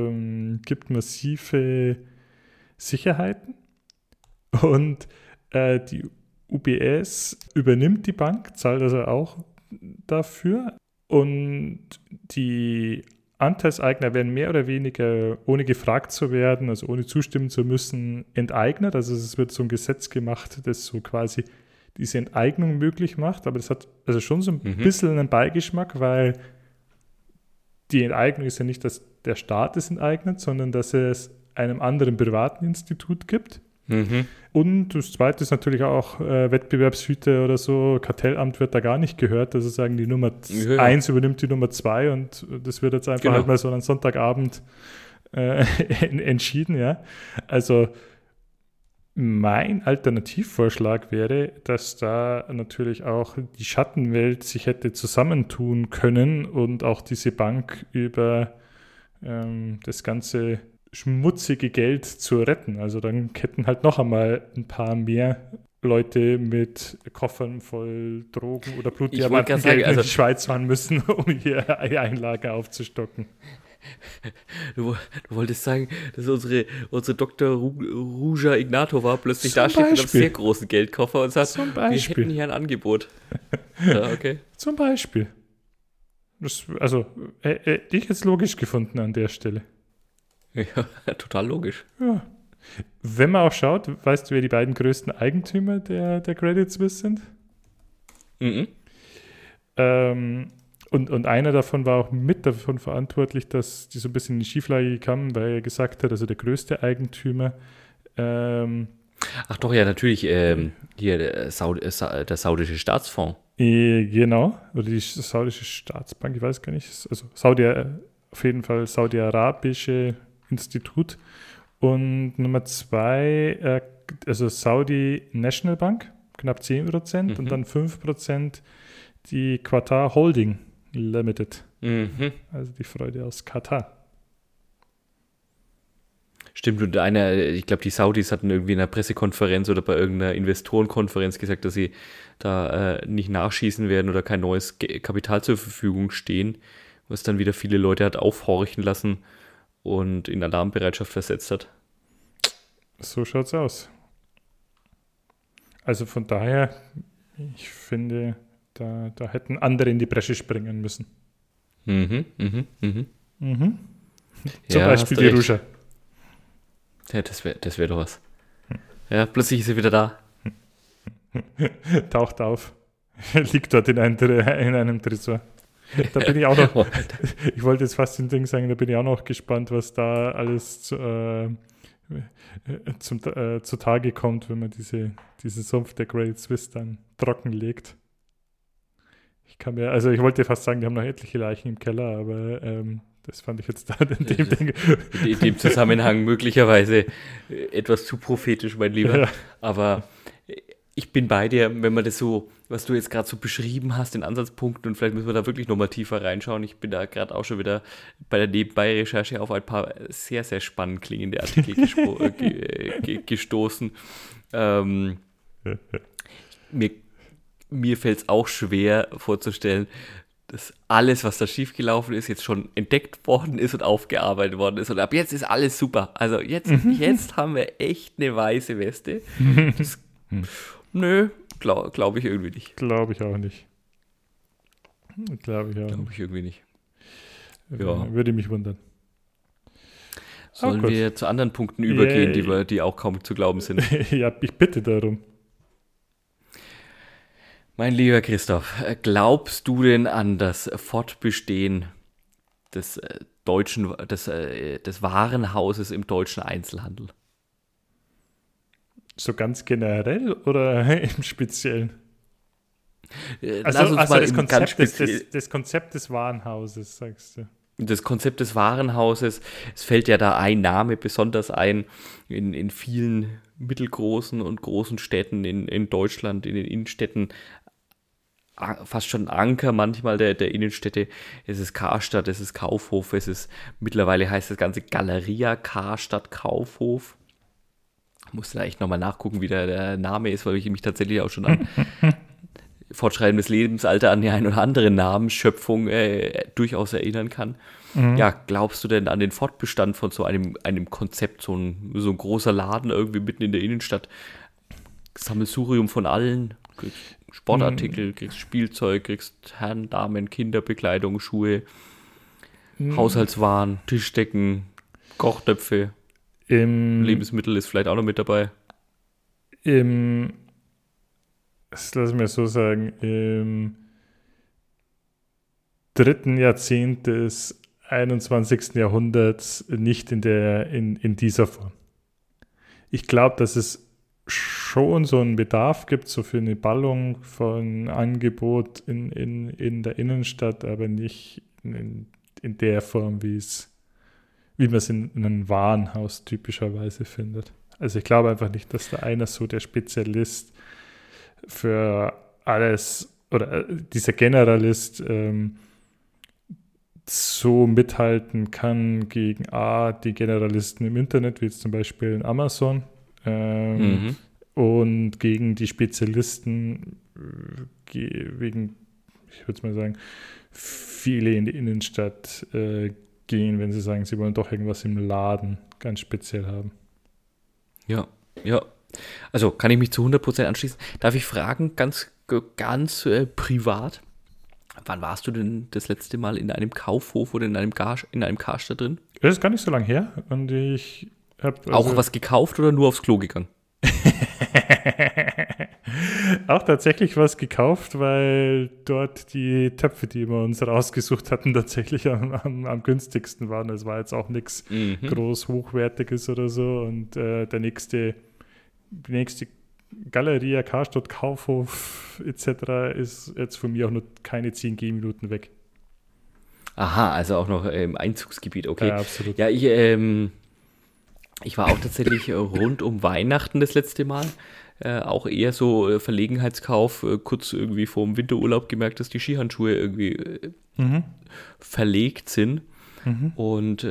Sicherheiten und die UBS übernimmt die Bank, zahlt also auch dafür und die Anteilseigner werden mehr oder weniger, ohne gefragt zu werden, also ohne zustimmen zu müssen, enteignet. Also es wird so ein Gesetz gemacht, das so quasi diese Enteignung möglich macht, aber das hat also schon so ein bisschen einen Beigeschmack, weil die Enteignung ist ja nicht, dass der Staat es enteignet, sondern dass es einem anderen privaten Institut gibt. Und das Zweite ist natürlich auch Wettbewerbshüter oder so, Kartellamt wird da gar nicht gehört, also sagen die Nummer 1 übernimmt die Nummer 2 und das wird jetzt einfach halt mal so an Sonntagabend entschieden, ja. Also Mein Alternativvorschlag wäre, dass da natürlich auch die Schattenwelt sich hätte zusammentun können und auch diese Bank über das ganze schmutzige Geld zu retten. Also dann hätten halt noch einmal ein paar mehr Leute mit Koffern voll Drogen oder Ich wollte gerade sagen, Blutdiamantengeld in die Schweiz fahren müssen, um hier eine Einlage aufzustocken. du wolltest sagen, dass unsere Dr. Ruja Ignatova plötzlich Zum dasteht mit einem Beispiel. sehr großen Geldkoffer und sagt, Zum wir Beispiel. hätten hier ein Angebot. Ja, okay. Zum Beispiel. Also, hätte ich jetzt logisch gefunden an der Stelle. Ja, total logisch. Ja. Wenn man auch schaut, weißt du, wer die beiden größten Eigentümer der Credit Suisse sind? Mhm. Und einer davon war auch mit davon verantwortlich, dass die so ein bisschen in die Schieflage kamen, weil er gesagt hat, also der größte Eigentümer, Ach doch, ja, natürlich, hier der saudische Staatsfonds. genau, oder die saudische Staatsbank, ich weiß gar nicht, also auf jeden Fall Saudi-Arabische Institut. Und Nummer 2, also Saudi National Bank, knapp 10%, und dann 5% die Qatar Holding Limited, also die Freude aus Katar. Stimmt, und ich glaube, die Saudis hatten irgendwie in einer Pressekonferenz oder bei irgendeiner Investorenkonferenz gesagt, dass sie da nicht nachschießen werden oder kein neues Kapital zur Verfügung stehen, was dann wieder viele Leute hat aufhorchen lassen und in Alarmbereitschaft versetzt hat. So schaut's aus. Also von daher, ich finde, da hätten andere in die Bresche springen müssen. Zum Zum Beispiel die Ruja. Ja, das wär doch was. Ja, plötzlich ist sie wieder da. Taucht auf. Liegt dort in einem Tresor. Da bin ich auch noch, ich wollte jetzt fast den Ding sagen, da bin ich auch noch gespannt, was da alles zutage kommt, wenn man diese Sumpf der Great Swiss dann trocken legt. Ich wollte fast sagen, die haben noch etliche Leichen im Keller, aber das fand ich jetzt da in dem Zusammenhang möglicherweise etwas zu prophetisch, mein Lieber. Ja. Aber ich bin bei dir, wenn man das so, was du jetzt gerade so beschrieben hast, in Ansatzpunkten, und vielleicht müssen wir da wirklich nochmal tiefer reinschauen. Ich bin da gerade auch schon wieder bei der Nebenbei-Recherche auf ein paar sehr, sehr spannend klingende Artikel gestoßen. Mir fällt es auch schwer vorzustellen, dass alles, was da schiefgelaufen ist, jetzt schon entdeckt worden ist und aufgearbeitet worden ist. Und ab jetzt ist alles super. Also jetzt haben wir echt eine weiße Weste. Nö, glaube ich irgendwie nicht. Glaube ich auch nicht. Glaube ich irgendwie nicht. Ja. Würde mich wundern. Sollen wir zu anderen Punkten übergehen, die auch kaum zu glauben sind? Ja, ich bitte darum. Mein lieber Christoph, glaubst du denn an das Fortbestehen des Warenhauses im deutschen Einzelhandel? So ganz generell oder im Speziellen? Also das Konzept des Warenhauses, sagst du. Das Konzept des Warenhauses, es fällt ja da ein Name besonders ein, in vielen mittelgroßen und großen Städten in Deutschland, in den Innenstädten, fast schon Anker manchmal der Innenstädte. Es ist Karstadt, es ist Kaufhof, mittlerweile heißt das Ganze Galeria Karstadt Kaufhof. Ich musste da echt nochmal nachgucken, wie der Name ist, weil ich mich tatsächlich auch schon an fortschreitendes Lebensalter an die ein oder andere Namensschöpfung durchaus erinnern kann. Ja, glaubst du denn an den Fortbestand von so einem Konzept, so ein großer Laden irgendwie mitten in der Innenstadt? Sammelsurium von allen, kriegst Sportartikel, kriegst Spielzeug, kriegst Herren, Damen, Kinderbekleidung, Schuhe, Haushaltswaren, Tischdecken, Kochtöpfe, Lebensmittel ist vielleicht auch noch mit dabei. Lass mir so sagen, im 3. Jahrzehnt des 21. Jahrhunderts nicht in dieser Form. Ich glaube, dass es schon so einen Bedarf gibt, so für eine Ballung von Angebot in der Innenstadt, aber nicht in der Form, wie man es in einem Warenhaus typischerweise findet. Also ich glaube einfach nicht, dass da einer so der Spezialist für alles oder dieser Generalist so mithalten kann gegen die Generalisten im Internet, wie jetzt zum Beispiel in Amazon, und gegen die Spezialisten wegen, ich würde mal sagen, viele in die Innenstadt gehen, wenn sie sagen, sie wollen doch irgendwas im Laden ganz speziell haben. Ja, ja. Also kann ich mich zu 100% anschließen. Darf ich fragen, ganz privat, wann warst du denn das letzte Mal in einem Kaufhof oder in einem Karstadt drin? Das ist gar nicht so lange her und ich habe Auch was gekauft oder nur aufs Klo gegangen? auch tatsächlich was gekauft, weil dort die Töpfe, die wir uns rausgesucht hatten, tatsächlich am günstigsten waren. Es war jetzt auch nichts groß Hochwertiges oder so. Und die nächste Galeria, Karstadt, Kaufhof etc. ist jetzt von mir auch nur keine 10 Gehminuten weg. Aha, also auch noch im Einzugsgebiet, okay. Ja, absolut. Ja, ich war auch tatsächlich rund um Weihnachten das letzte Mal. Auch eher so Verlegenheitskauf, kurz irgendwie vor dem Winterurlaub gemerkt, dass die Skihandschuhe irgendwie verlegt sind und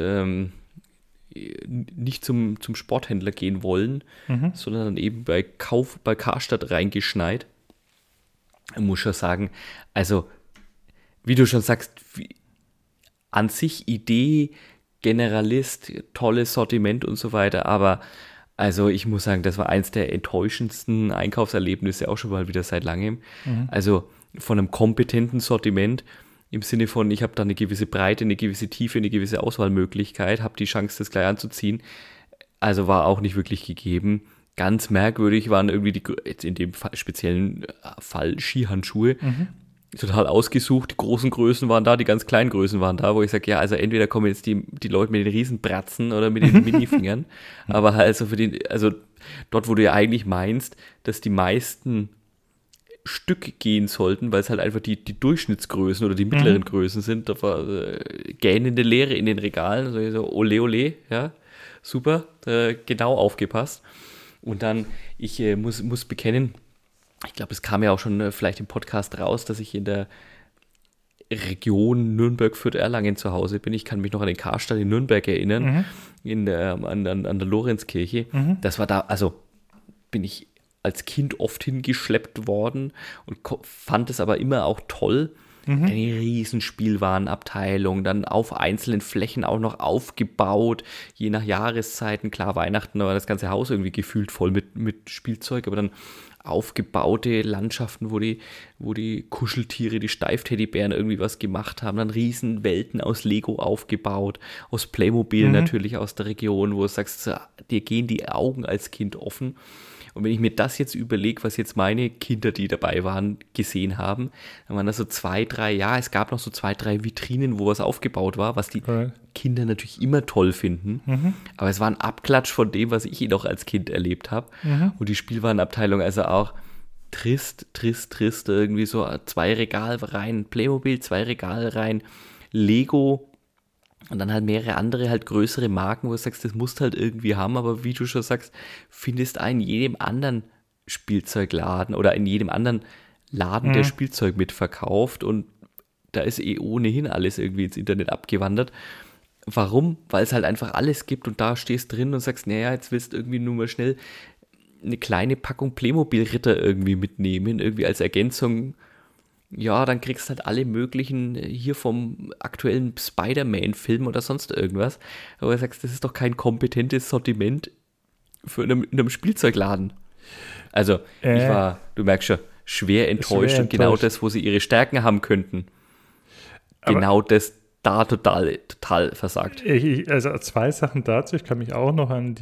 nicht zum Sporthändler gehen wollen, sondern dann eben bei Karstadt reingeschneit. Ich muss schon sagen, also wie du schon sagst, an sich Idee, Generalist, tolles Sortiment und so weiter, aber also ich muss sagen, das war eins der enttäuschendsten Einkaufserlebnisse auch schon mal wieder seit langem. Also von einem kompetenten Sortiment im Sinne von, ich habe da eine gewisse Breite, eine gewisse Tiefe, eine gewisse Auswahlmöglichkeit, habe die Chance, das gleich anzuziehen. Also war auch nicht wirklich gegeben. Ganz merkwürdig waren irgendwie jetzt in dem speziellen Fall Skihandschuhe. Total ausgesucht, die großen Größen waren da, die ganz kleinen Größen waren da, wo ich sage, ja, also entweder kommen jetzt die Leute mit den Riesenbratzen oder mit den Minifingern, aber halt also dort, wo du ja eigentlich meinst, dass die meisten Stück gehen sollten, weil es halt einfach die Durchschnittsgrößen oder die mittleren Größen sind, da war gähnende Leere in den Regalen, also so ole ole, ja, super, genau aufgepasst. Und dann, ich muss bekennen, ich glaube, es kam ja auch schon vielleicht im Podcast raus, dass ich in der Region Nürnberg-Fürth-Erlangen zu Hause bin. Ich kann mich noch an den Karstadt in Nürnberg erinnern, an der Lorenzkirche. Das war da, also bin ich als Kind oft hingeschleppt worden und fand es aber immer auch toll. Eine Riesenspielwarenabteilung, dann auf einzelnen Flächen auch noch aufgebaut, je nach Jahreszeiten. Klar, Weihnachten war das ganze Haus irgendwie gefühlt voll mit Spielzeug, aber dann aufgebaute Landschaften, wo die Kuscheltiere, die Steifteddybären irgendwie was gemacht haben, dann Riesenwelten aus Lego aufgebaut, aus Playmobil natürlich aus der Region, wo du sagst, dir gehen die Augen als Kind offen. Und wenn ich mir das jetzt überlege, was jetzt meine Kinder, die dabei waren, gesehen haben, dann waren das so 2, 3, es gab noch so 2, 3 Vitrinen, wo was aufgebaut war, was die Kinder natürlich immer toll finden. Aber es war ein Abklatsch von dem, was ich noch als Kind erlebt habe. Und die Spielwarenabteilung, also auch trist, irgendwie so 2 Regale rein, Playmobil, 2 Regale rein, Lego. Und dann halt mehrere andere, halt größere Marken, wo du sagst, das musst du halt irgendwie haben, aber wie du schon sagst, findest du in jedem anderen Spielzeugladen oder in jedem anderen Laden, der Spielzeug mitverkauft und da ist ohnehin alles irgendwie ins Internet abgewandert. Warum? Weil es halt einfach alles gibt und da stehst drin und sagst, naja, jetzt willst du irgendwie nur mal schnell eine kleine Packung Playmobil-Ritter irgendwie mitnehmen, irgendwie als Ergänzung. Ja, dann kriegst du halt alle möglichen hier vom aktuellen Spider-Man-Film oder sonst irgendwas. Aber du sagst, das ist doch kein kompetentes Sortiment für in einem Spielzeugladen. Also, du merkst schon, schwer enttäuscht und genau das, wo sie ihre Stärken haben könnten. Genau das da total versagt. Also 2 Sachen dazu. Ich kann mich auch noch an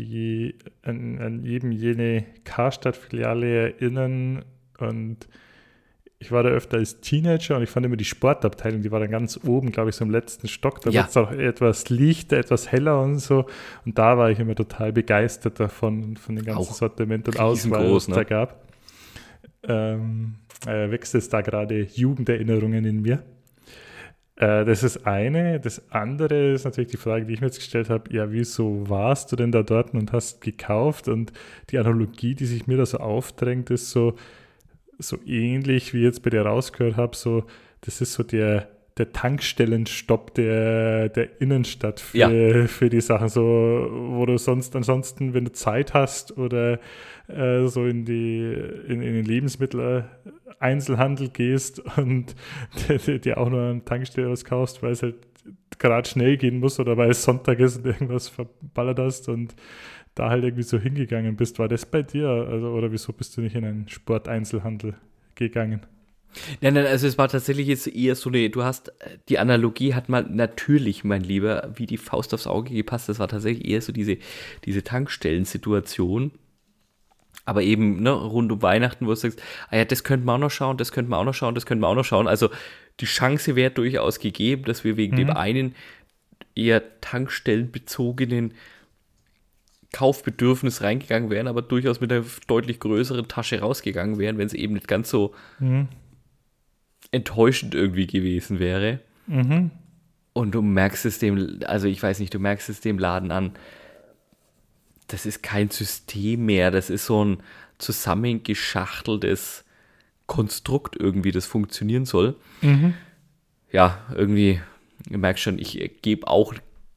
eben jene Karstadt-Filiale erinnern und ich war da öfter als Teenager und ich fand immer die Sportabteilung, die war dann ganz oben, glaube ich, so im letzten Stock. Da wird es auch etwas lichter, etwas heller und so. Und da war ich immer total begeistert davon, von dem ganzen Sortiment und Auswahl, was es da gab. Wächst es da gerade Jugenderinnerungen in mir. Das ist eine. Das andere ist natürlich die Frage, die ich mir jetzt gestellt habe, ja, wieso warst du denn da dort und hast gekauft? Und die Analogie, die sich mir da so aufdrängt, ist so ähnlich, wie ich jetzt bei dir rausgehört habe, so, das ist so der Tankstellenstopp der Innenstadt für die Sachen, so, wo du ansonsten, wenn du Zeit hast oder so in den Lebensmitteleinzelhandel gehst und dir auch nur an Tankstelle was kaufst, weil es halt gerade schnell gehen muss oder weil es Sonntag ist und irgendwas verballert hast und da halt irgendwie so hingegangen bist. War das bei dir? Also, oder wieso bist du nicht in einen Sporteinzelhandel gegangen? Nein, also es war tatsächlich jetzt eher so die Analogie hat mal natürlich, mein Lieber, wie die Faust aufs Auge gepasst. Das war tatsächlich eher so diese Tankstellen-Situation. Aber eben, ne, rund um Weihnachten, wo du sagst, das könnten wir auch noch schauen, das könnten wir auch noch schauen, das könnten wir auch noch schauen. Also die Chance wäre durchaus gegeben, dass wir wegen dem einen eher tankstellenbezogenen Kaufbedürfnis reingegangen wären, aber durchaus mit einer deutlich größeren Tasche rausgegangen wären, wenn es eben nicht ganz so enttäuschend irgendwie gewesen wäre. Und du merkst es du merkst es dem Laden an, das ist kein System mehr, das ist so ein zusammengeschachteltes Konstrukt irgendwie, das funktionieren soll. Ja, irgendwie, du merkst schon, ich gebe auch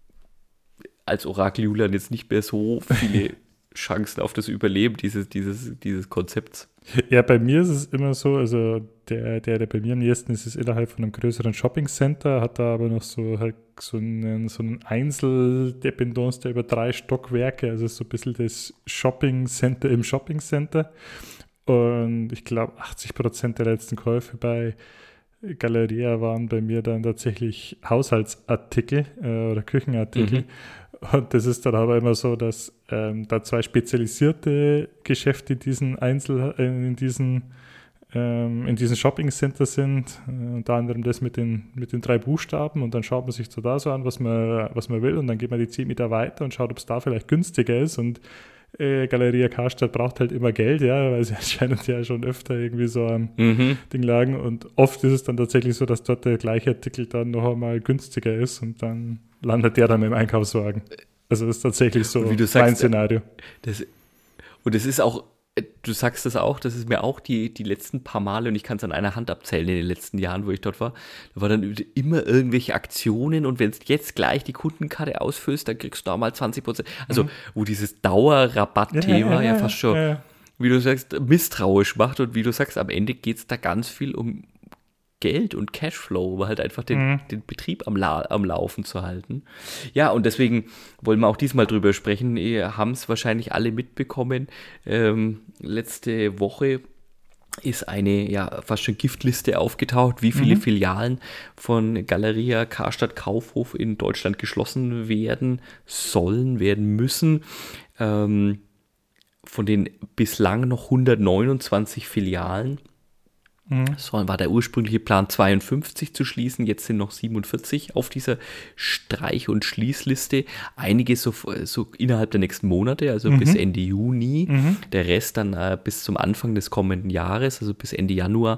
als Orakel Julian jetzt nicht mehr so viele Chancen auf das Überleben dieses Konzepts. Ja, bei mir ist es immer so, also der bei mir am nächsten ist innerhalb von einem größeren Shopping-Center, hat da aber noch so einen Einzeldependance, der über 3 Stockwerke, also so ein bisschen das Shopping-Center im Shopping-Center. Und ich glaube, 80% der letzten Käufe bei Galeria waren bei mir dann tatsächlich Haushaltsartikel oder Küchenartikel. Und das ist dann aber immer so, dass da 2 spezialisierte Geschäfte in diesen Shopping-Center sind, unter anderem das mit den 3 Buchstaben, und dann schaut man sich so da so an, was man will, und dann geht man die 10 Meter weiter und schaut, ob es da vielleicht günstiger ist, und Galeria Karstadt braucht halt immer Geld, ja, weil sie anscheinend ja schon öfter irgendwie so am Ding lagen, und oft ist es dann tatsächlich so, dass dort der gleiche Artikel dann noch einmal günstiger ist und dann landet der dann im Einkaufswagen. Also das ist tatsächlich so mein Szenario. Und es ist auch, du sagst das auch, das ist mir auch die letzten paar Male, und ich kann es an einer Hand abzählen in den letzten Jahren, wo ich dort war, da war dann immer irgendwelche Aktionen, und wenn du jetzt gleich die Kundenkarte ausfüllst, dann kriegst du da mal 20%. Also wo dieses Dauerrabatt-Thema fast schon, wie du sagst, misstrauisch macht, und wie du sagst, am Ende geht es da ganz viel um Geld und Cashflow, um halt einfach den Betrieb am Laufen zu halten. Ja, und deswegen wollen wir auch diesmal drüber sprechen. Ihr haben es wahrscheinlich alle mitbekommen. Letzte Woche ist eine fast schon Giftliste aufgetaucht, wie viele Filialen von Galeria Karstadt Kaufhof in Deutschland geschlossen werden müssen. Von den bislang noch 129 Filialen. Das war der ursprüngliche Plan, 52 zu schließen. Jetzt sind noch 47 auf dieser Streich- und Schließliste. Einige so innerhalb der nächsten Monate, also bis Ende Juni. Der Rest dann bis zum Anfang des kommenden Jahres, also bis Ende Januar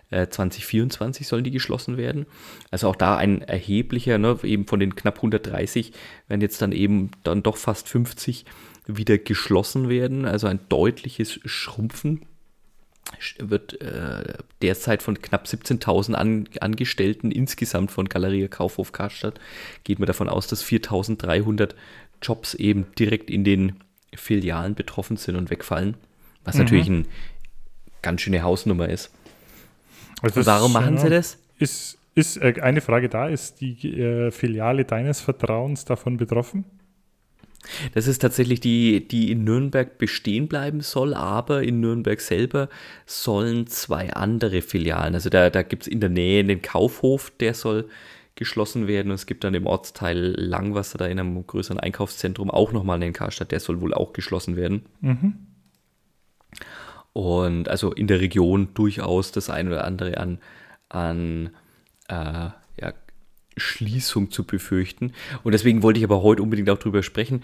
2024 sollen die geschlossen werden. Also auch da ein erheblicher, eben von den knapp 130 werden jetzt dann eben dann doch fast 50 wieder geschlossen werden. Also ein deutliches Schrumpfen. Wird derzeit von knapp 17.000 Angestellten insgesamt von Galeria Kaufhof Karstadt, geht man davon aus, dass 4.300 Jobs eben direkt in den Filialen betroffen sind und wegfallen, was natürlich eine ganz schöne Hausnummer ist. Also und warum machen sie das? Ist eine Frage da, ist die Filiale deines Vertrauens davon betroffen? Das ist tatsächlich die in Nürnberg bestehen bleiben soll, aber in Nürnberg selber sollen 2 andere Filialen, also da gibt es in der Nähe den Kaufhof, der soll geschlossen werden, und es gibt dann im Ortsteil Langwasser, da in einem größeren Einkaufszentrum, auch nochmal einen Karstadt, der soll wohl auch geschlossen werden. Und also in der Region durchaus das ein oder andere an Schließung zu befürchten. Und deswegen wollte ich aber heute unbedingt auch drüber sprechen.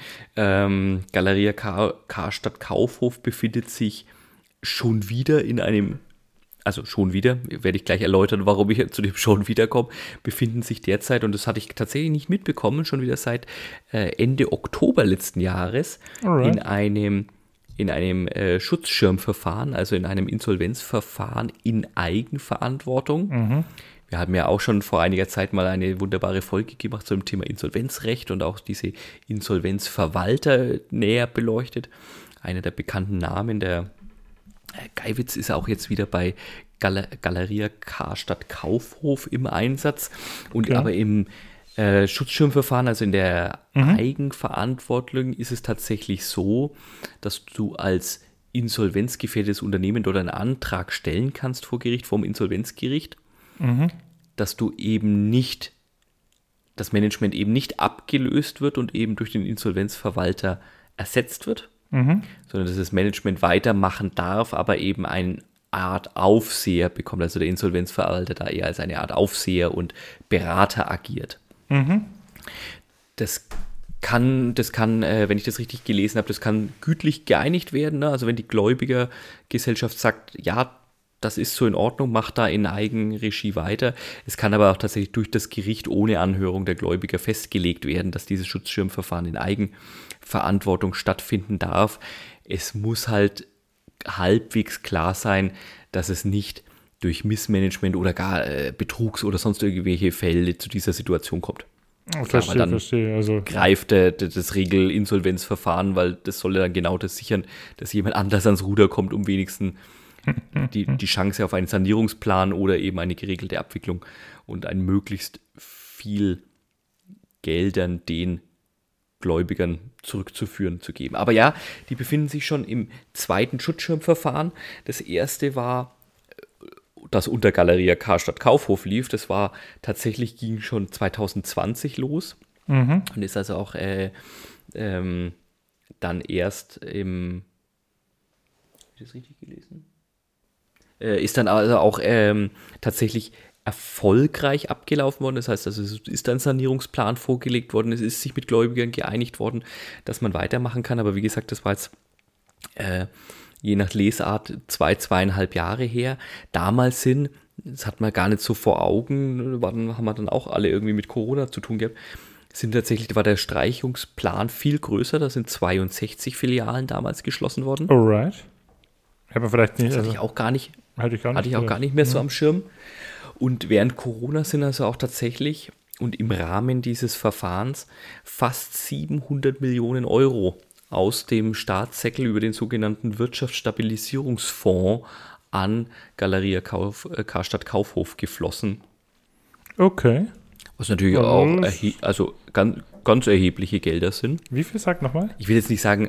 Galeria Karstadt Kaufhof befindet sich schon wieder in einem also schon wieder, werde ich gleich erläutern, warum ich zu dem schon wieder komme, befinden sich derzeit, und das hatte ich tatsächlich nicht mitbekommen, schon wieder seit Ende Oktober letzten Jahres Alright. in einem Schutzschirmverfahren, also in einem Insolvenzverfahren in Eigenverantwortung. Wir haben ja auch schon vor einiger Zeit mal eine wunderbare Folge gemacht zum Thema Insolvenzrecht und auch diese Insolvenzverwalter näher beleuchtet. Einer der bekannten Namen, der Geiwitz, ist auch jetzt wieder bei Galeria Karstadt Kaufhof im Einsatz. Und Okay. aber im Schutzschirmverfahren, also in der Eigenverantwortung, ist es tatsächlich so, dass du als insolvenzgefährdetes Unternehmen dort einen Antrag stellen kannst vor Gericht, vom Insolvenzgericht, dass du eben nicht, das Management eben nicht abgelöst wird und eben durch den Insolvenzverwalter ersetzt wird, sondern dass das Management weitermachen darf, aber eben eine Art Aufseher bekommt, also der Insolvenzverwalter da eher als eine Art Aufseher und Berater agiert. Das kann, wenn ich das richtig gelesen habe, das kann gütlich geeinigt werden. Ne? Also wenn die Gläubigergesellschaft sagt, ja, das ist so in Ordnung, macht da in Eigenregie weiter. Es kann aber auch tatsächlich durch das Gericht ohne Anhörung der Gläubiger festgelegt werden, dass dieses Schutzschirmverfahren in Eigenverantwortung stattfinden darf. Es muss halt halbwegs klar sein, dass es nicht durch Missmanagement oder gar Betrugs- oder sonst irgendwelche Fälle zu dieser Situation kommt. Verstehe. Also, Greift das Regelinsolvenzverfahren, weil das soll ja dann genau das sichern, dass jemand anders ans Ruder kommt, um wenigstens die Chance auf einen Sanierungsplan oder eben eine geregelte Abwicklung und ein möglichst viel Geldern den Gläubigern zurückzuführen zu geben. Aber ja, die befinden sich schon im zweiten Schutzschirmverfahren. Das erste war, das unter Galeria Karstadt Kaufhof lief. Das war tatsächlich, ging schon 2020 los und ist also auch dann erst im, habe ich das richtig gelesen? Ist dann also auch tatsächlich erfolgreich abgelaufen worden. Das heißt, also es ist ein Sanierungsplan vorgelegt worden, es ist sich mit Gläubigern geeinigt worden, dass man weitermachen kann. Aber wie gesagt, das war jetzt je nach Lesart 2,5 Jahre her. Damals das hat man gar nicht so vor Augen, haben wir dann auch alle irgendwie mit Corona zu tun gehabt, war der Streichungsplan viel größer. Da sind 62 Filialen damals geschlossen worden. alright. Aber vielleicht nicht. Das hatte ich auch gar nicht. Hatte ich auch gar nicht mehr so am Schirm. Und während Corona sind also auch tatsächlich und im Rahmen dieses Verfahrens fast 700 Millionen Euro aus dem Staatssäckel über den sogenannten Wirtschaftsstabilisierungsfonds an Galeria Karstadt Kaufhof geflossen. Okay. Was natürlich auch ganz erhebliche Gelder sind. Wie viel sagt nochmal? Ich will jetzt nicht sagen,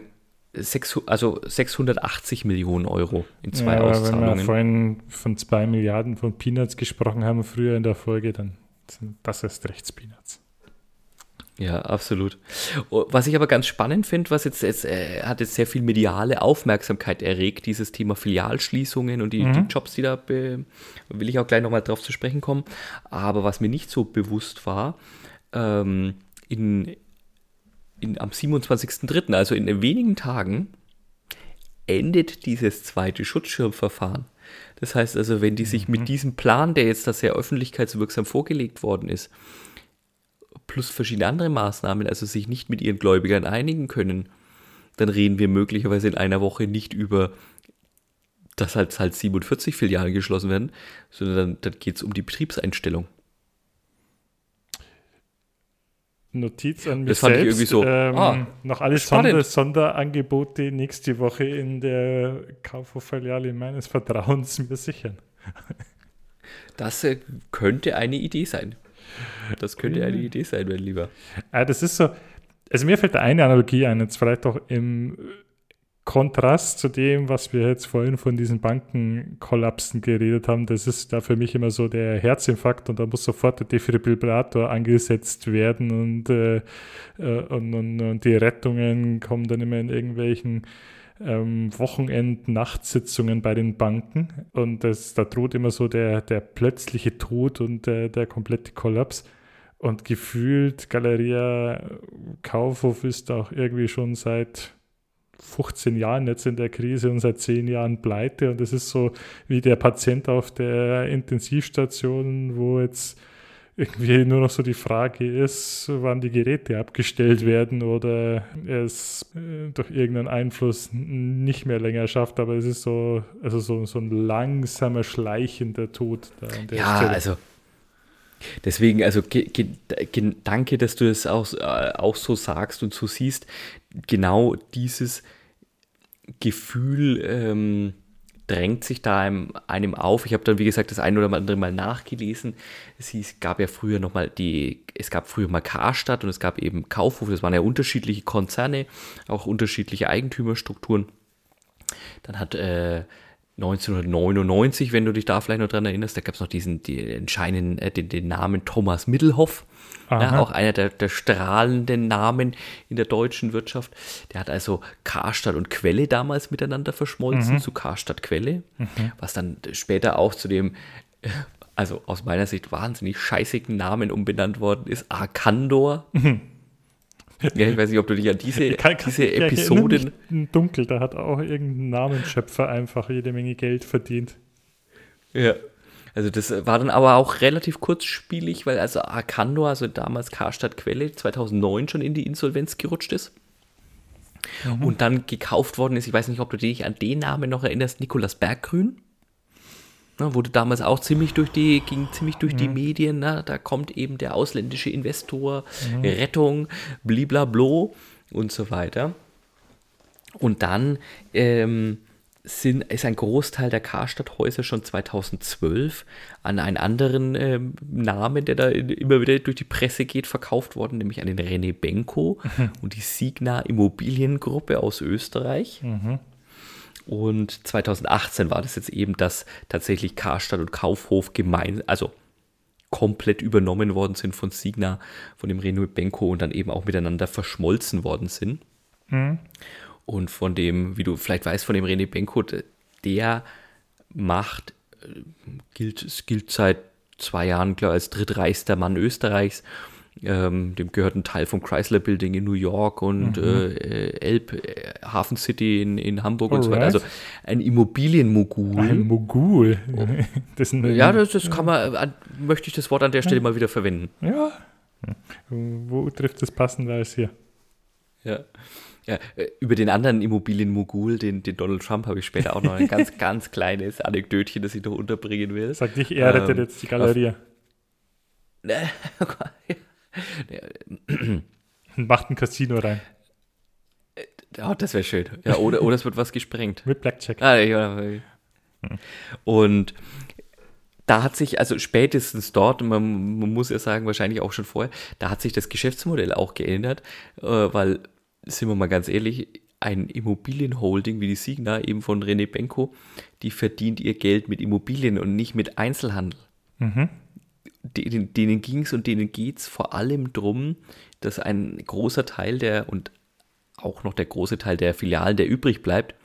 680 Millionen Euro in 2 Wenn Auszahlungen. wir vorhin von 2 Milliarden von Peanuts gesprochen haben, früher in der Folge, dann sind das erst rechts Peanuts. Ja, absolut. Was ich aber ganz spannend finde, hat jetzt sehr viel mediale Aufmerksamkeit erregt, dieses Thema Filialschließungen und die Jobs, die da, will ich auch gleich nochmal drauf zu sprechen kommen. Aber was mir nicht so bewusst war, am 27.03., also in wenigen Tagen, endet dieses zweite Schutzschirmverfahren. Das heißt also, wenn die sich mit diesem Plan, der jetzt da sehr öffentlichkeitswirksam vorgelegt worden ist, plus verschiedene andere Maßnahmen, also sich nicht mit ihren Gläubigern einigen können, dann reden wir möglicherweise in einer Woche nicht über, dass halt 47 Filialen geschlossen werden, sondern dann geht es um die Betriebseinstellung. Notiz an mich Das fand ich selbst. irgendwie so, noch alle Sonderangebote nächste Woche in der Kaufhof-Filiale meines Vertrauens mir sichern. Das könnte eine Idee sein. Mein Lieber. Das ist so, also mir fällt da eine Analogie ein, jetzt vielleicht auch im Kontrast zu dem, was wir jetzt vorhin von diesen Bankenkollapsen geredet haben. Das ist da für mich immer so der Herzinfarkt und da muss sofort der Defibrillator angesetzt werden und die Rettungen kommen dann immer in irgendwelchen Wochenend-Nachtsitzungen bei den Banken und da droht immer so der plötzliche Tod und der komplette Kollaps und gefühlt Galeria Kaufhof ist auch irgendwie schon seit 15 Jahren jetzt in der Krise und seit 10 Jahren pleite. Und das ist so wie der Patient auf der Intensivstation, wo jetzt irgendwie nur noch so die Frage ist, wann die Geräte abgestellt werden oder es durch irgendeinen Einfluss nicht mehr länger schafft. Aber es ist so, also so ein langsamer, schleichender Tod da an der Ja, Stelle. also deswegen, also danke, dass du das auch so sagst und so siehst. Genau dieses Gefühl drängt sich da einem auf. Ich habe dann, wie gesagt, das ein oder andere Mal nachgelesen. Gab früher mal Karstadt und es gab eben Kaufhof. Das waren ja unterschiedliche Konzerne, auch unterschiedliche Eigentümerstrukturen. Dann hat 1999, wenn du dich da vielleicht noch dran erinnerst, da gab es noch den Namen Thomas Middelhoff. Ja, auch einer der strahlenden Namen in der deutschen Wirtschaft. Der hat also Karstadt und Quelle damals miteinander verschmolzen, zu Karstadt Quelle, was dann später auch zu dem, also aus meiner Sicht wahnsinnig scheißigen Namen umbenannt worden ist, Arcandor. Ja, ich weiß nicht, ob du dich an diese Episode... Dunkel, da hat auch irgendein Namensschöpfer einfach jede Menge Geld verdient. Ja, also das war dann aber auch relativ kurzspielig, weil also Arcandor, also damals Karstadt Quelle, 2009 schon in die Insolvenz gerutscht ist. Und dann gekauft worden ist, ich weiß nicht, ob du dich an den Namen noch erinnerst, Nikolaus Berggrün. Wurde damals auch ging ziemlich durch die Medien. Da kommt eben der ausländische Investor, Rettung, bliblablo und so weiter. Und dann ist ein Großteil der Karstadt-Häuser schon 2012 an einen anderen Namen, der da immer wieder durch die Presse geht, verkauft worden, nämlich an den René Benko und die Signa Immobiliengruppe aus Österreich. Und 2018 war das jetzt eben, dass tatsächlich Karstadt und Kaufhof komplett übernommen worden sind von Signa, von dem René Benko und dann eben auch miteinander verschmolzen worden sind. Und von dem, wie du vielleicht weißt, von dem René Benko, der gilt seit 2 Jahren, glaube ich, als drittreichster Mann Österreichs. Dem gehört ein Teil vom Chrysler Building in New York und Hafen City in Hamburg und so weiter. Also ein Immobilienmogul. Ein Mogul. Das kann man, möchte ich das Wort an der Stelle mal wieder verwenden. Ja. Wo trifft es passender als hier? Ja. Ja, über den anderen Immobilienmogul, den Donald Trump, habe ich später auch noch ein ganz, ganz kleines Anekdötchen, das ich noch unterbringen will. Sag nicht, er rettet jetzt die Galerie. Macht ein Casino rein. Oh, das wäre schön. Ja, oder es wird was gesprengt. Mit Blackjack. Und da hat sich, also spätestens dort, man muss ja sagen, wahrscheinlich auch schon vorher, da hat sich das Geschäftsmodell auch geändert, weil, sind wir mal ganz ehrlich, ein Immobilienholding wie die Signa, eben von René Benko, die verdient ihr Geld mit Immobilien und nicht mit Einzelhandel. Denen ging es und denen geht es vor allem darum, dass ein großer Teil und auch noch der große Teil der Filialen, der übrig bleibt,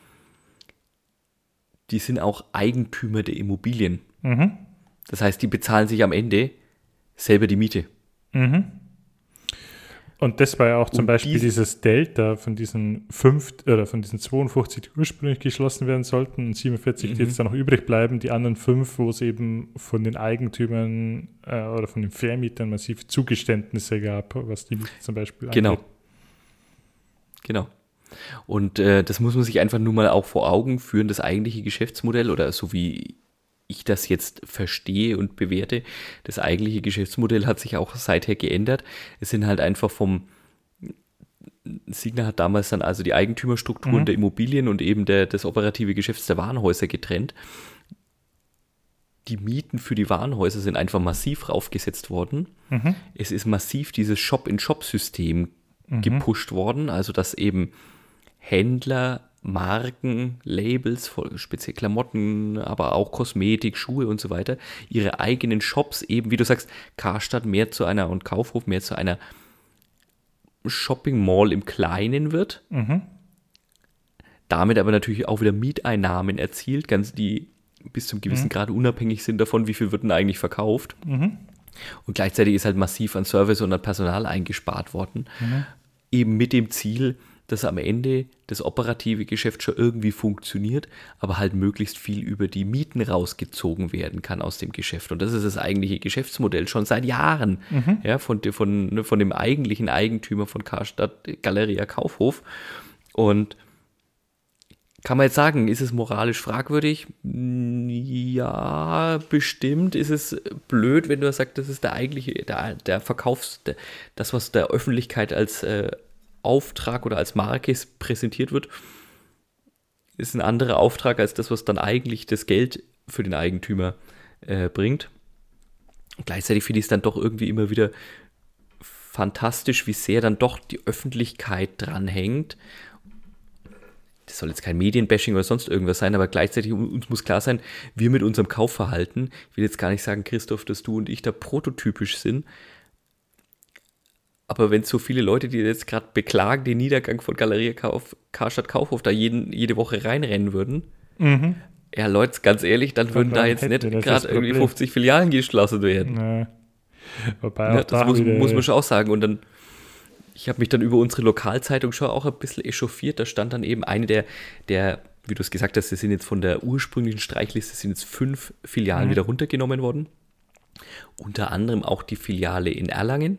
die sind auch Eigentümer der Immobilien. Das heißt, die bezahlen sich am Ende selber die Miete. Und das war ja auch zum Beispiel dieses Delta von diesen 52, die ursprünglich geschlossen werden sollten und 47, die jetzt da noch übrig bleiben, die anderen 5, wo es eben von den Eigentümern oder von den Vermietern massiv Zugeständnisse gab, was die Miete zum Beispiel angeht. Genau. Und das muss man sich einfach nur mal auch vor Augen führen, das eigentliche Geschäftsmodell oder so wie ich das jetzt verstehe und bewerte, das eigentliche Geschäftsmodell hat sich auch seither geändert. Es sind halt einfach Signa hat damals dann also die Eigentümerstrukturen der Immobilien und eben das operative Geschäft der Warenhäuser getrennt. Die Mieten für die Warenhäuser sind einfach massiv raufgesetzt worden. Es ist massiv dieses Shop-in-Shop-System gepusht worden, also dass eben Händler, Marken, Labels, speziell Klamotten, aber auch Kosmetik, Schuhe und so weiter, ihre eigenen Shops eben, wie du sagst, Karstadt mehr zu einer und Kaufhof mehr zu einer Shopping Mall im Kleinen wird. Damit aber natürlich auch wieder Mieteinnahmen erzielt, die bis zum gewissen Grad unabhängig sind davon, wie viel wird denn eigentlich verkauft. Und gleichzeitig ist halt massiv an Service und an Personal eingespart worden. Eben mit dem Ziel, dass am Ende das operative Geschäft schon irgendwie funktioniert, aber halt möglichst viel über die Mieten rausgezogen werden kann aus dem Geschäft. Und das ist das eigentliche Geschäftsmodell schon seit Jahren, ja, von dem eigentlichen Eigentümer von Karstadt Galeria Kaufhof. Und kann man jetzt sagen, ist es moralisch fragwürdig? Ja, bestimmt. Ist es blöd, wenn du sagst, das ist der eigentliche, der das, was der Öffentlichkeit als Auftrag oder als Marke präsentiert wird, ist ein anderer Auftrag als das, was dann eigentlich das Geld für den Eigentümer bringt. Und gleichzeitig finde ich es dann doch irgendwie immer wieder fantastisch, wie sehr dann doch die Öffentlichkeit dranhängt. Das soll jetzt kein Medienbashing oder sonst irgendwas sein, aber gleichzeitig uns muss klar sein, wir mit unserem Kaufverhalten, ich will jetzt gar nicht sagen, Christoph, dass du und ich da prototypisch sind, aber wenn so viele Leute, die jetzt gerade beklagen, den Niedergang von Galeria Karstadt Kaufhof da jede Woche reinrennen würden, ja Leute, ganz ehrlich, dann würden da jetzt nicht gerade irgendwie 50 Filialen geschlossen werden. Nee. Wobei auch das muss man schon auch sagen. Und dann, ich habe mich dann über unsere Lokalzeitung schon auch ein bisschen echauffiert. Da stand dann eben eine der, wie du es gesagt hast, das sind jetzt von der ursprünglichen Streichliste sind jetzt 5 Filialen wieder runtergenommen worden. Unter anderem auch die Filiale in Erlangen.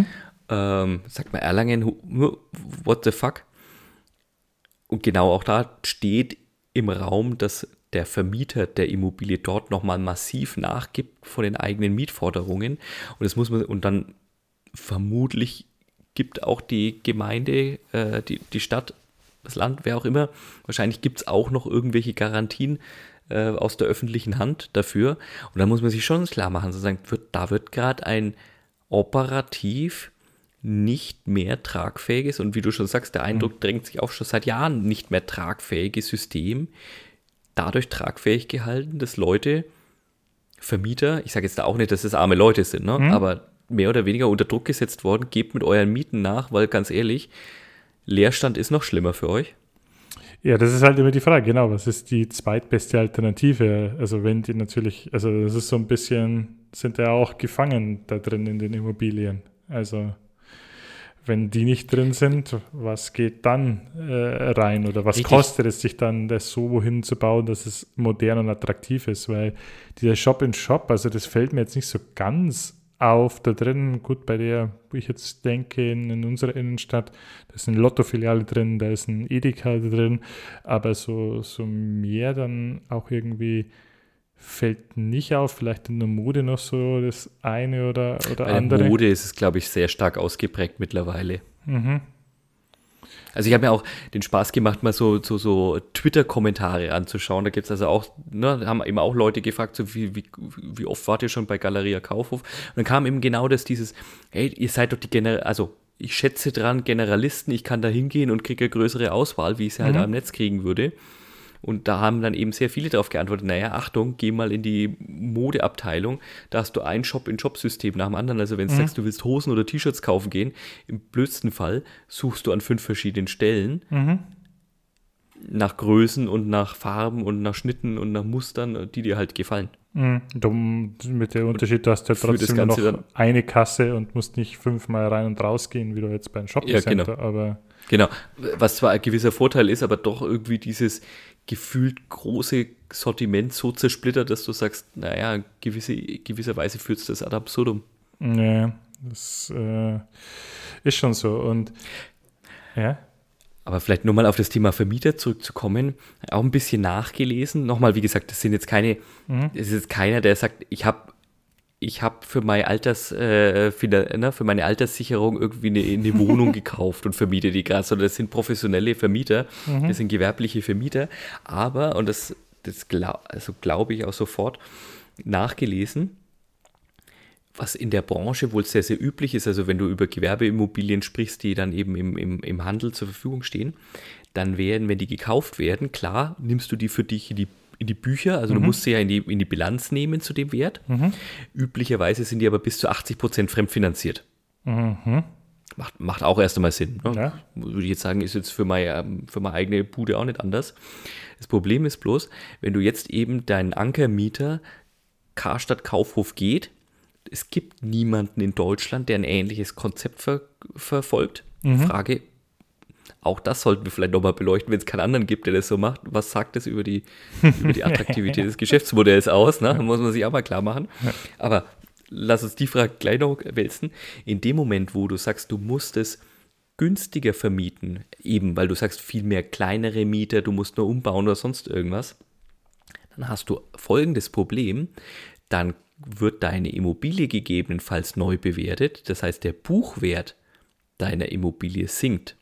Sagt mal Erlangen, what the fuck? Und genau auch da steht im Raum, dass der Vermieter der Immobilie dort nochmal massiv nachgibt von den eigenen Mietforderungen. Und das muss man, und dann vermutlich gibt auch die Gemeinde, die Stadt, das Land, wer auch immer, wahrscheinlich gibt es auch noch irgendwelche Garantien aus der öffentlichen Hand dafür. Und da muss man sich schon klar machen, sozusagen, da wird gerade ein operativ nicht mehr tragfähiges, und wie du schon sagst, der Eindruck drängt sich auf, schon seit Jahren nicht mehr tragfähiges System, dadurch tragfähig gehalten, dass Leute, Vermieter, ich sage jetzt da auch nicht, dass es arme Leute sind, ne? Aber mehr oder weniger unter Druck gesetzt worden, gebt mit euren Mieten nach, weil ganz ehrlich, Leerstand ist noch schlimmer für euch. Ja, das ist halt immer die Frage, genau, was ist die zweitbeste Alternative? Also wenn die natürlich, also das ist so ein bisschen, sind ja auch gefangen da drin in den Immobilien. Also wenn die nicht drin sind, was geht dann rein oder was kostet es sich dann, das so hinzubauen, dass es modern und attraktiv ist? Weil dieser Shop-in-Shop, also das fällt mir jetzt nicht so ganz auf da drin. Gut, bei der, wo ich jetzt denke, in unserer Innenstadt, da ist eine Lotto-Filiale drin, da ist ein Edeka drin, aber so mehr dann auch irgendwie fällt nicht auf, vielleicht in der Mode noch so das eine oder andere. Bei der Mode ist es, glaube ich, sehr stark ausgeprägt mittlerweile. Also ich habe mir auch den Spaß gemacht, mal so Twitter-Kommentare anzuschauen. Da gibt es also auch, ne, da haben eben auch Leute gefragt, so wie oft wart ihr schon bei Galeria Kaufhof? Und dann kam eben genau dieses, hey, ihr seid doch also ich schätze dran, Generalisten, ich kann da hingehen und kriege eine größere Auswahl, wie ich sie halt am Netz kriegen würde. Und da haben dann eben sehr viele darauf geantwortet, naja, Achtung, geh mal in die Modeabteilung, da hast du ein Shop-in-Shop-System nach dem anderen. Also wenn du sagst, du willst Hosen oder T-Shirts kaufen gehen, im blödsten Fall suchst du an 5 verschiedenen Stellen nach Größen und nach Farben und nach Schnitten und nach Mustern, die dir halt gefallen. Mit dem Unterschied, du hast ja trotzdem noch eine Kasse und musst nicht 5-mal rein und raus gehen, wie du jetzt beim Shopping-Center. Ja, genau. Genau, was zwar ein gewisser Vorteil ist, aber doch irgendwie dieses gefühlt große Sortiment so zersplittert, dass du sagst, naja, gewisserweise führt es das ad absurdum. Ja, das ist schon so. Und ja. Aber vielleicht nur mal auf das Thema Vermieter zurückzukommen, auch ein bisschen nachgelesen. Nochmal, wie gesagt, das sind jetzt es ist jetzt keiner, der sagt, ich habe für meine Alterssicherung irgendwie eine Wohnung gekauft und vermiete die gerade, sondern das sind professionelle Vermieter, das sind gewerbliche Vermieter, aber, und das glaube ich auch sofort, nachgelesen, was in der Branche wohl sehr, sehr üblich ist, also wenn du über Gewerbeimmobilien sprichst, die dann eben im Handel zur Verfügung stehen, dann werden, wenn die gekauft werden, klar, nimmst du die für dich in die Bücher, also du musst sie ja in die Bilanz nehmen zu dem Wert. Üblicherweise sind die aber bis zu 80% fremdfinanziert. Macht auch erst einmal Sinn. Ne? Ja. Würde ich jetzt sagen, ist jetzt für meine eigene Bude auch nicht anders. Das Problem ist bloß, wenn du jetzt eben deinen Ankermieter Karstadt Kaufhof geht, es gibt niemanden in Deutschland, der ein ähnliches Konzept verfolgt. Frage, Auch das sollten wir vielleicht nochmal beleuchten, wenn es keinen anderen gibt, der das so macht. Was sagt das über die Attraktivität des Geschäftsmodells aus? Ne? Muss man sich auch mal klar machen. Aber lass uns die Frage gleich noch wälzen. In dem Moment, wo du sagst, du musst es günstiger vermieten, eben weil du sagst, viel mehr kleinere Mieter, du musst nur umbauen oder sonst irgendwas, dann hast du folgendes Problem, dann wird deine Immobilie gegebenenfalls neu bewertet, das heißt, der Buchwert deiner Immobilie sinkt.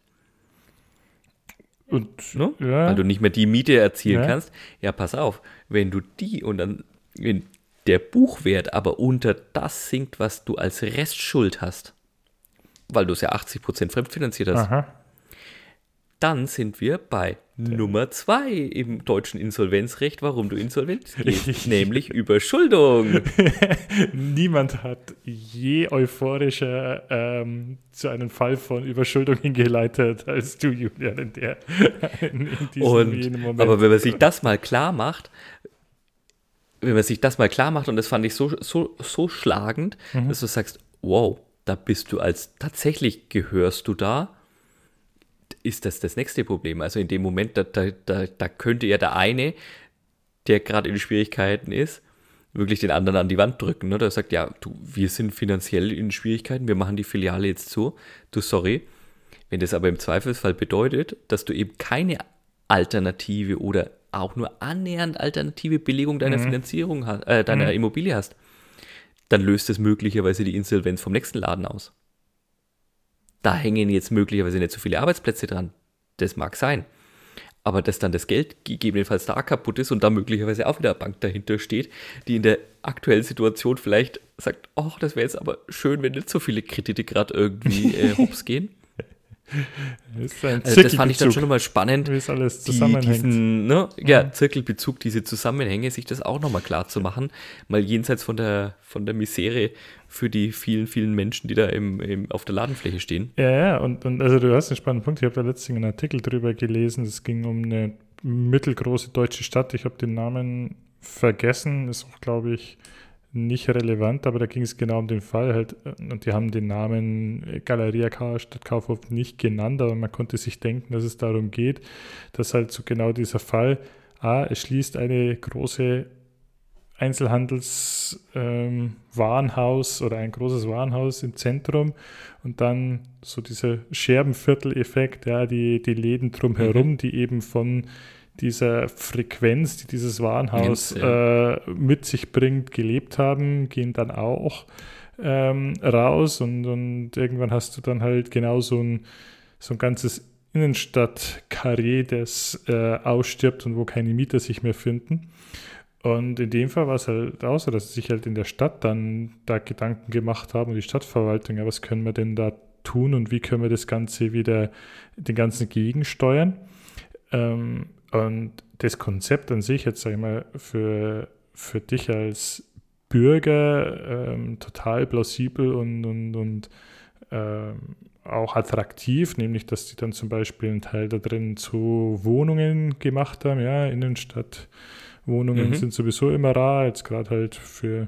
Und, ne? Weil du nicht mehr die Miete erzielen kannst. Ja, pass auf, wenn wenn der Buchwert aber unter das sinkt, was du als Restschuld hast, weil du es ja 80% fremdfinanziert hast, dann sind wir bei Nummer 2 im deutschen Insolvenzrecht, warum du insolvent gehst, nämlich Überschuldung. Niemand hat je euphorischer zu einem Fall von Überschuldung hingeleitet als du, Julian, in diesem Moment. Aber wenn man sich das mal klar macht, und das fand ich so schlagend, dass du sagst, wow, da bist du tatsächlich gehörst du da, ist das nächste Problem. Also in dem Moment, da könnte ja der eine, der gerade in Schwierigkeiten ist, wirklich den anderen an die Wand drücken. Ne? Der sagt, ja, wir sind finanziell in Schwierigkeiten, wir machen die Filiale jetzt zu. Du, sorry. Wenn das aber im Zweifelsfall bedeutet, dass du eben keine alternative oder auch nur annähernd alternative Belegung deiner Finanzierung deiner Immobilie hast, dann löst es möglicherweise die Insolvenz vom nächsten Laden aus. Da hängen jetzt möglicherweise nicht so viele Arbeitsplätze dran. Das mag sein. Aber dass dann das Geld gegebenenfalls da kaputt ist und da möglicherweise auch wieder eine Bank dahinter steht, die in der aktuellen Situation vielleicht sagt, oh, das wäre jetzt aber schön, wenn nicht so viele Kredite gerade irgendwie hops gehen. Das fand ich dann schon nochmal spannend, wie es alles zusammenhängt. Zirkelbezug, diese Zusammenhänge, sich das auch nochmal klar zu machen, mal jenseits von der Misere für die vielen, vielen Menschen, die da auf der Ladenfläche stehen. Ja, und also du hast einen spannenden Punkt. Ich habe da letztens einen Artikel drüber gelesen, es ging um eine mittelgroße deutsche Stadt. Ich habe den Namen vergessen, ist auch, glaube ich, nicht relevant, aber da ging es genau um den Fall halt, und die haben den Namen Galeria Stadt Kaufhof nicht genannt, aber man konnte sich denken, dass es darum geht, dass halt so genau dieser Fall, es schließt eine große Einzelhandelswarenhaus oder ein großes Warenhaus im Zentrum und dann so dieser Scherbenviertel-Effekt, ja, die Läden drumherum, die eben von dieser Frequenz, die dieses Warenhaus mit sich bringt, gelebt haben, gehen dann auch raus und irgendwann hast du dann halt genau so ein ganzes Innenstadt-Karree, das ausstirbt und wo keine Mieter sich mehr finden. Und in dem Fall war es halt auch so, dass sie sich halt in der Stadt dann da Gedanken gemacht haben und die Stadtverwaltung, ja, was können wir denn da tun und wie können wir das Ganze wieder, den ganzen gegensteuern. Und das Konzept an sich, jetzt sage ich mal, für dich als Bürger total plausibel und auch attraktiv, nämlich, dass die dann zum Beispiel einen Teil da drin zu Wohnungen gemacht haben, ja, Innenstadtwohnungen sind sowieso immer rar, jetzt gerade halt für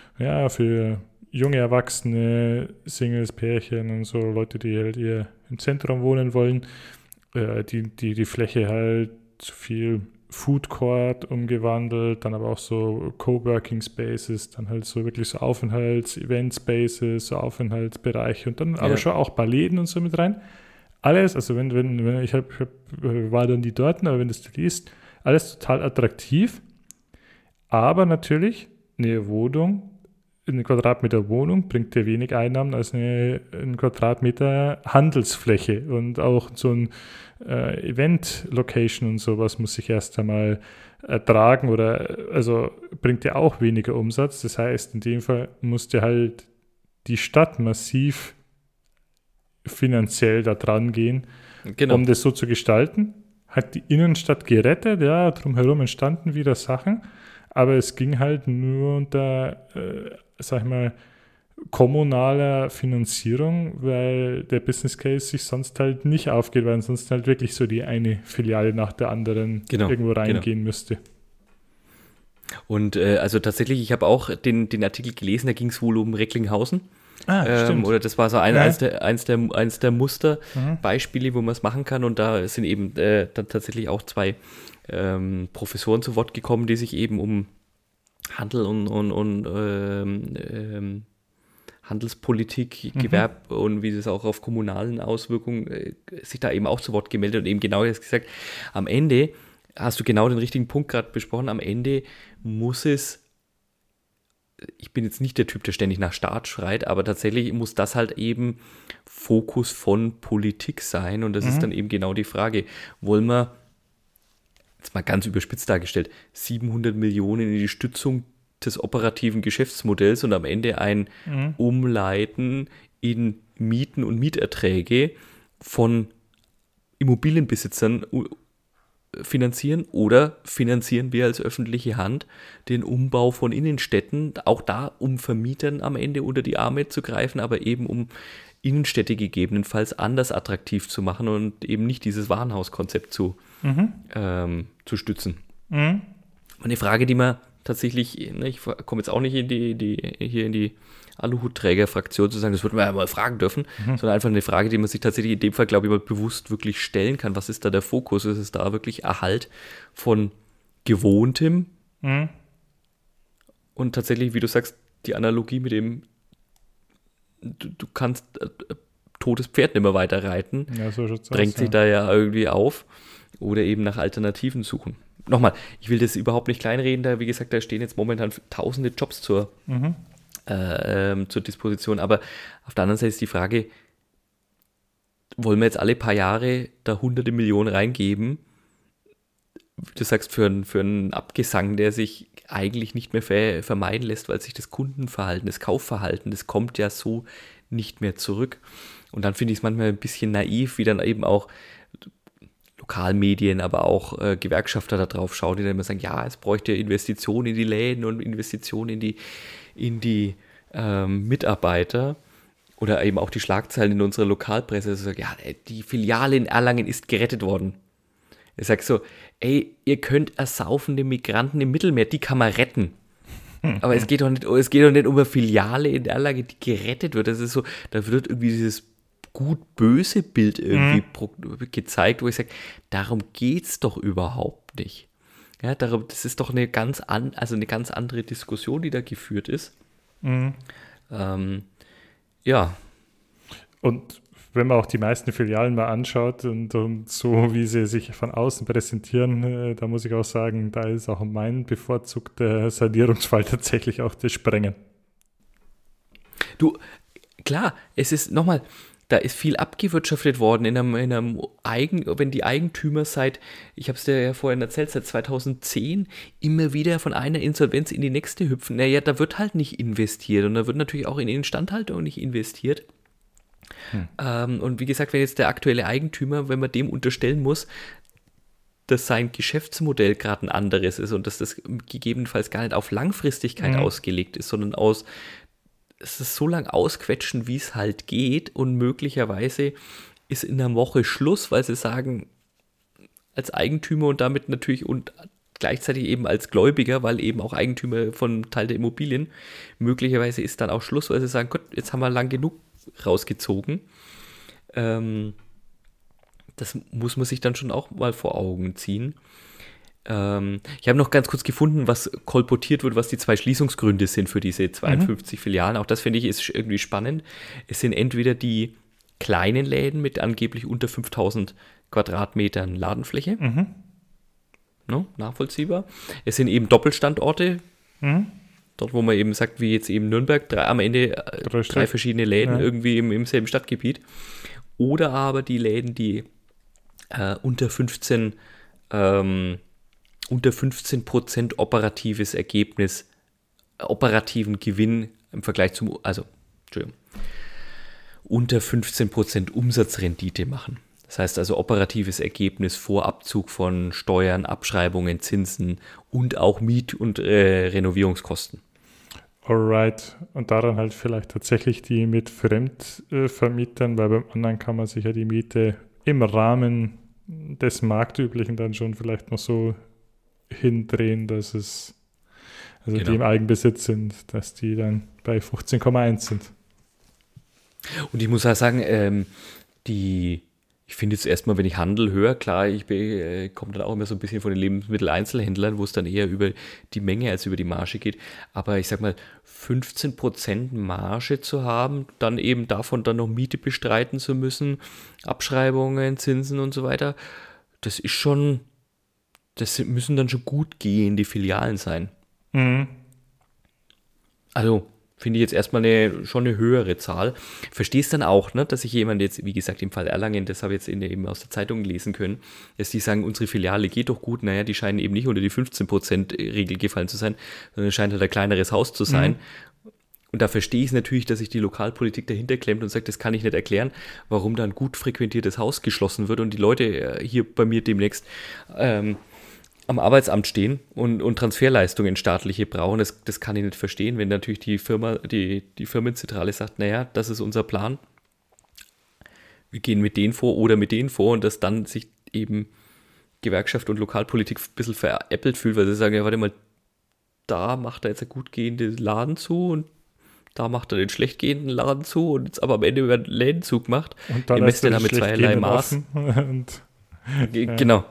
junge Erwachsene, Singles, Pärchen und so, Leute, die halt eher im Zentrum wohnen wollen, die Fläche halt zu viel Food Court umgewandelt, dann aber auch so Coworking Spaces, dann halt so wirklich so Event Spaces, so Aufenthaltsbereiche und dann aber schon auch ein paar Läden und so mit rein. Alles, also wenn ich war dann die dort, aber wenn du das liest, alles total attraktiv, aber natürlich eine Quadratmeter Wohnung bringt dir wenig Einnahmen als ein Quadratmeter Handelsfläche und auch so ein Event-Location und sowas muss sich erst einmal ertragen also bringt dir auch weniger Umsatz. Das heißt, in dem Fall muss dir halt die Stadt massiv finanziell da dran gehen, um das so zu gestalten. Hat die Innenstadt gerettet, ja, drumherum entstanden wieder Sachen, aber es ging halt nur unter, sag ich mal, kommunaler Finanzierung, weil der Business Case sich sonst halt nicht aufgeht, weil sonst halt wirklich so die eine Filiale nach der anderen irgendwo reingehen müsste. Und also tatsächlich, ich habe auch den Artikel gelesen, da ging es wohl um Recklinghausen. Stimmt. Oder das war so eins der Musterbeispiele, wo man es machen kann. Und da sind eben dann tatsächlich auch zwei Professoren zu Wort gekommen, die sich eben um Handel und Handelspolitik, Gewerbe und wie das auch auf kommunalen Auswirkungen sich da eben auch zu Wort gemeldet und eben genau das gesagt, am Ende hast du genau den richtigen Punkt gerade besprochen, am Ende muss es, ich bin jetzt nicht der Typ, der ständig nach Staat schreit, aber tatsächlich muss das halt eben Fokus von Politik sein und das ist dann eben genau die Frage, wollen wir, jetzt mal ganz überspitzt dargestellt, 700 Millionen in die Stützung des operativen Geschäftsmodells und am Ende ein Umleiten in Mieten und Mieterträge von Immobilienbesitzern finanzieren oder finanzieren wir als öffentliche Hand den Umbau von Innenstädten, auch da, um Vermietern am Ende unter die Arme zu greifen, aber eben um Innenstädte gegebenenfalls anders attraktiv zu machen und eben nicht dieses Warenhauskonzept zu stützen. Und eine Frage, die man tatsächlich, ne, ich komme jetzt auch nicht in die Aluhutträger-Fraktion zu sagen, das würde man ja mal fragen dürfen, sondern einfach eine Frage, die man sich tatsächlich in dem Fall, glaube ich, mal bewusst wirklich stellen kann. Was ist da der Fokus? Ist es da wirklich Erhalt von Gewohntem? Und tatsächlich, wie du sagst, die Analogie mit dem, du kannst totes Pferd nicht mehr weiter reiten, drängt sich da ja irgendwie auf oder eben nach Alternativen suchen. Nochmal, ich will das überhaupt nicht kleinreden, da wie gesagt, da stehen jetzt momentan tausende Jobs zur Disposition, aber auf der anderen Seite ist die Frage, wollen wir jetzt alle paar Jahre da hunderte Millionen reingeben, wie du sagst, für einen Abgesang, der sich eigentlich nicht mehr vermeiden lässt, weil sich das Kundenverhalten, das Kaufverhalten, das kommt ja so nicht mehr zurück. Und dann finde ich es manchmal ein bisschen naiv, wie dann eben auch Lokalmedien, aber auch Gewerkschafter da drauf schauen, die dann immer sagen, ja, es bräuchte Investitionen in die Läden und Investitionen in die Mitarbeiter oder eben auch die Schlagzeilen in unserer Lokalpresse, also sagen, ja, die Filiale in Erlangen ist gerettet worden. Ich sage so, ey, ihr könnt ersaufende Migranten im Mittelmeer, die kann man retten. Aber es geht doch nicht um eine Filiale in Erlangen, die gerettet wird. Das ist so, da wird irgendwie dieses gut-böse Bild irgendwie gezeigt, wo ich sage, darum geht es doch überhaupt nicht. Ja, das ist doch eine ganz andere Diskussion, die da geführt ist. Ja. Und wenn man auch die meisten Filialen mal anschaut und so, wie sie sich von außen präsentieren, da muss ich auch sagen, da ist auch mein bevorzugter Sanierungsfall tatsächlich auch das Sprengen. Du, klar, es ist nochmal, da ist viel abgewirtschaftet worden in einem wenn die Eigentümer ich habe es dir ja vorhin erzählt, seit 2010 immer wieder von einer Insolvenz in die nächste hüpfen. Naja, da wird halt nicht investiert und da wird natürlich auch in Instandhaltung nicht investiert. Und wie gesagt, wenn jetzt der aktuelle Eigentümer, wenn man dem unterstellen muss, dass sein Geschäftsmodell gerade ein anderes ist und dass das gegebenenfalls gar nicht auf Langfristigkeit ausgelegt ist, sondern es ist so lang ausquetschen, wie es halt geht und möglicherweise ist in einer Woche Schluss, weil sie sagen, als Eigentümer und damit natürlich und gleichzeitig eben als Gläubiger, weil eben auch Eigentümer von Teil der Immobilien, möglicherweise ist dann auch Schluss, weil sie sagen, Gott, jetzt haben wir lang genug rausgezogen. Das muss man sich dann schon auch mal vor Augen ziehen. Ich habe noch ganz kurz gefunden, was kolportiert wird, was die 2 Schließungsgründe sind für diese 52 Filialen. Auch das finde ich ist irgendwie spannend. Es sind entweder die kleinen Läden mit angeblich unter 5000 Quadratmetern Ladenfläche. No, nachvollziehbar. Es sind eben Doppelstandorte. Dort, wo man eben sagt, wie jetzt eben Nürnberg, am Ende 3 verschiedene Läden irgendwie im selben Stadtgebiet. Oder aber die Läden, die unter 15% operatives Ergebnis, operativen Gewinn im Vergleich zum, unter 15% Umsatzrendite machen. Das heißt also operatives Ergebnis vor Abzug von Steuern, Abschreibungen, Zinsen und auch Miet- und Renovierungskosten. Alright. Und daran halt vielleicht tatsächlich die mit Fremdvermietern, weil beim anderen kann man sich ja die Miete im Rahmen des Marktüblichen dann schon vielleicht noch so hindrehen, dass es, also die im Eigenbesitz sind, dass die dann bei 15,1 sind. Und ich muss auch sagen, ich finde jetzt erstmal, wenn ich Handel höre, klar, ich komme dann auch immer so ein bisschen von den Lebensmitteleinzelhändlern, wo es dann eher über die Menge als über die Marge geht. Aber ich sag mal, 15% Marge zu haben, dann eben davon dann noch Miete bestreiten zu müssen, Abschreibungen, Zinsen und so weiter, das ist schon, müssen dann schon gut gehende Filialen sein. Mhm. Also finde ich jetzt erstmal schon eine höhere Zahl. Verstehst dann auch, ne, dass sich jemand jetzt, wie gesagt, im Fall Erlangen, das habe ich jetzt eben aus der Zeitung lesen können, dass die sagen, unsere Filiale geht doch gut. Naja, die scheinen eben nicht unter die 15%-Regel gefallen zu sein, sondern es scheint halt ein kleineres Haus zu sein. Und da verstehe ich es natürlich, dass sich die Lokalpolitik dahinter klemmt und sagt, das kann ich nicht erklären, warum da ein gut frequentiertes Haus geschlossen wird und die Leute hier bei mir demnächst am Arbeitsamt stehen und Transferleistungen staatliche brauchen. Das kann ich nicht verstehen, wenn natürlich die Firmenzentrale sagt, naja, das ist unser Plan. Wir gehen mit denen vor oder mit denen vor und dass dann sich eben Gewerkschaft und Lokalpolitik ein bisschen veräppelt fühlt, weil sie sagen, ja, warte mal, da macht er jetzt einen gut gehenden Laden zu und da macht er den schlecht gehenden Laden zu und jetzt aber am Ende über den Lädenzug macht. Und dann ihr messt ja hast du da mit schlecht zweierlei gehenden Maß. Und, Genau.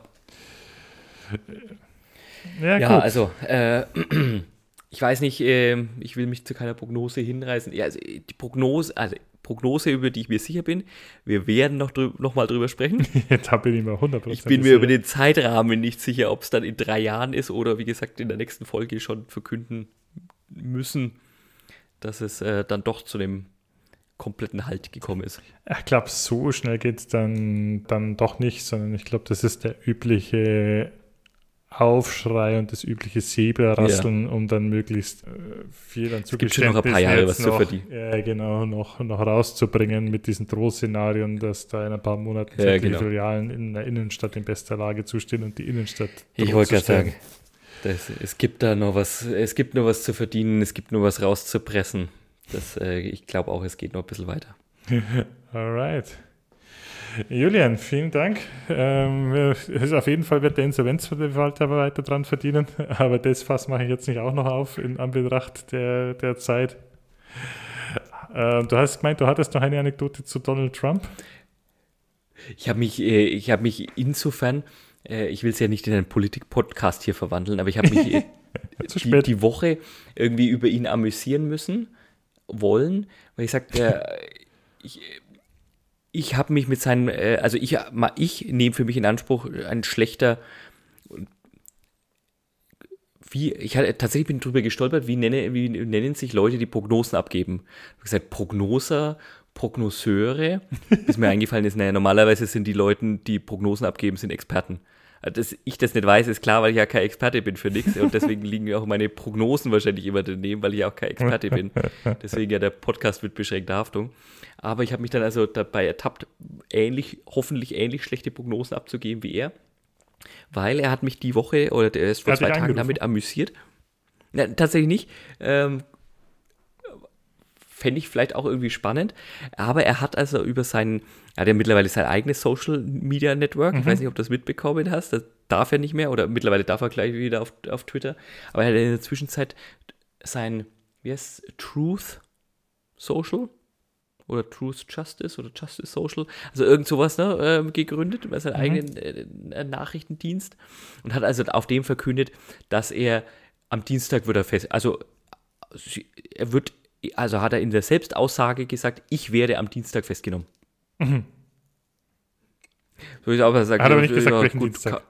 ja, Ja, gut. also, ich weiß nicht, ich will mich zu keiner Prognose hinreißen. Ja, also die Prognose, über die ich mir sicher bin, wir werden noch mal drüber sprechen. Da bin ich mir 100% Ich bin mir über den Zeitrahmen nicht sicher, ob es dann in 3 Jahren ist oder wie gesagt in der nächsten Folge schon verkünden müssen, dass es dann doch zu dem kompletten Halt gekommen ist. Ich glaube, so schnell geht es dann doch nicht, sondern ich glaube, das ist der übliche Aufschrei und das übliche Säbelrasseln, um dann möglichst viel an Es gibt schon noch ein paar Jahre was zu verdienen. Ja, genau, noch rauszubringen mit diesen Drohszenarien, dass da in ein paar Monaten Ja, die genau. Filialen in der Innenstadt in bester Lage zustehen und die Innenstadt Ich wollte gerade sagen, es gibt da noch was, es gibt nur was zu verdienen, es gibt nur was rauszupressen. Ich glaube auch, es geht noch ein bisschen weiter. Alright. Julian, vielen Dank. Auf jeden Fall wird der Insolvenzverwalter weiter dran verdienen, aber das Fass mache ich jetzt nicht auch noch auf in Anbetracht der Zeit. Du hast gemeint, du hattest noch eine Anekdote zu Donald Trump. Ich habe mich insofern, ich will es ja nicht in einen Politik-Podcast hier verwandeln, aber ich habe mich die Woche irgendwie über ihn amüsieren wollen, weil ich sagte, ich habe mich mit seinen, also ich nehme für mich in Anspruch ein schlechter, tatsächlich bin ich drüber gestolpert, wie nennen sich Leute, die Prognosen abgeben. Ich habe gesagt, Prognoseure, bis mir eingefallen ist, naja, normalerweise sind die Leute, die Prognosen abgeben, sind Experten. Dass ich das nicht weiß, ist klar, weil ich ja kein Experte bin für nichts und deswegen liegen auch meine Prognosen wahrscheinlich immer daneben, weil ich auch kein Experte bin. Deswegen ja der Podcast mit beschränkter Haftung. Aber ich habe mich dann also dabei ertappt, hoffentlich ähnlich schlechte Prognosen abzugeben wie er, weil er hat mich die Woche oder erst vor 2 Tagen damit amüsiert. Na, tatsächlich nicht. Fände ich vielleicht auch irgendwie spannend. Aber er hat also er hat ja mittlerweile sein eigenes Social Media Network. Ich weiß nicht, ob du das mitbekommen hast. Das darf er nicht mehr oder mittlerweile darf er gleich wieder auf Twitter. Aber er hat in der Zwischenzeit sein, wie heißt es, Truth Social oder Truth Justice oder Justice Social, also irgend sowas gegründet über seinen eigenen Nachrichtendienst und hat also auf dem verkündet, dass er am Dienstag wird hat er in der Selbstaussage gesagt, ich werde am Dienstag festgenommen. Mhm. So ist aber gesagt, hat aber nicht gesagt, welchen Dienstag.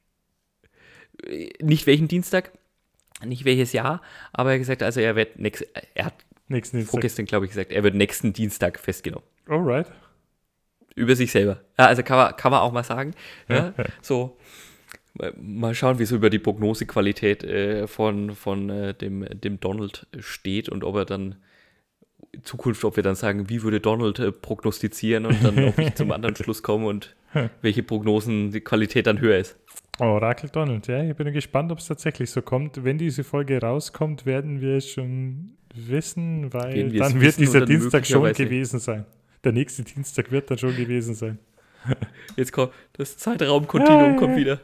Nicht welchen Dienstag, nicht welches Jahr, aber er hat gesagt, also er hat nächsten Dienstag. Vorgestern, glaube ich, gesagt, er wird nächsten Dienstag festgenommen. Alright. Über sich selber. Ja, also kann man auch mal sagen. Ja, so, mal schauen, wie es über die Prognosequalität von dem Donald steht und ob er dann in Zukunft, ob wir dann sagen, wie würde Donald prognostizieren und dann ob ich zum anderen Schluss komme und welche Prognosen die Qualität dann höher ist. Orakel Donald, ja, ich bin gespannt, ob es tatsächlich so kommt. Wenn diese Folge rauskommt, werden wir es schon wissen, weil dann wird dieser Dienstag schon gewesen sein. Der nächste Dienstag wird dann schon gewesen sein. Jetzt kommt das Zeitraumkontinuum kommt wieder.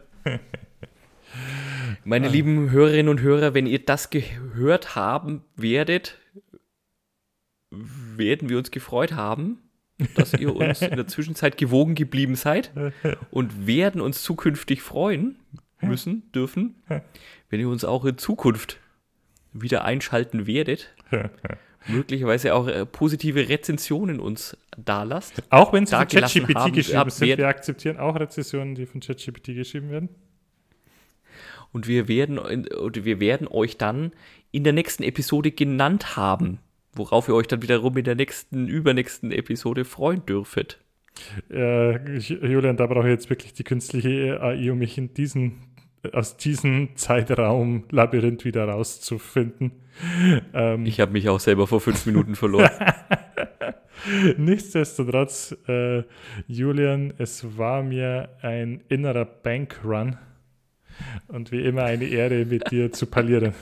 Meine lieben Hörerinnen und Hörer, wenn ihr das gehört haben werdet, werden wir uns gefreut haben, dass ihr uns in der Zwischenzeit gewogen geblieben seid und werden uns zukünftig freuen müssen, dürfen, wenn ihr uns auch in Zukunft wieder einschalten werdet. Möglicherweise auch positive Rezensionen uns dalasst. Auch wenn sie von dagelassen ChatGPT haben, geschrieben sind, werden- wir akzeptieren auch Rezensionen, die von ChatGPT geschrieben werden. Und wir werden euch dann in der nächsten Episode genannt haben, worauf ihr euch dann wiederum in der übernächsten Episode freuen dürfet. Julian, da brauche ich jetzt wirklich die künstliche AI, um mich aus diesem Zeitraum-Labyrinth wieder rauszufinden. Ich habe mich auch selber vor 5 Minuten verloren. Nichtsdestotrotz, Julian, es war mir ein innerer Bankrun und wie immer eine Ehre, mit dir zu parlieren.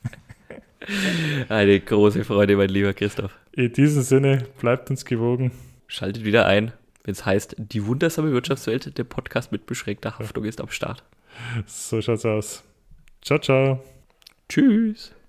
Eine große Freude, mein lieber Christoph. In diesem Sinne, bleibt uns gewogen. Schaltet wieder ein, wenn es heißt, die wundersame Wirtschaftswelt, der Podcast mit beschränkter Haftung ist am Start. So schaut's aus. Ciao, ciao. Tschüss.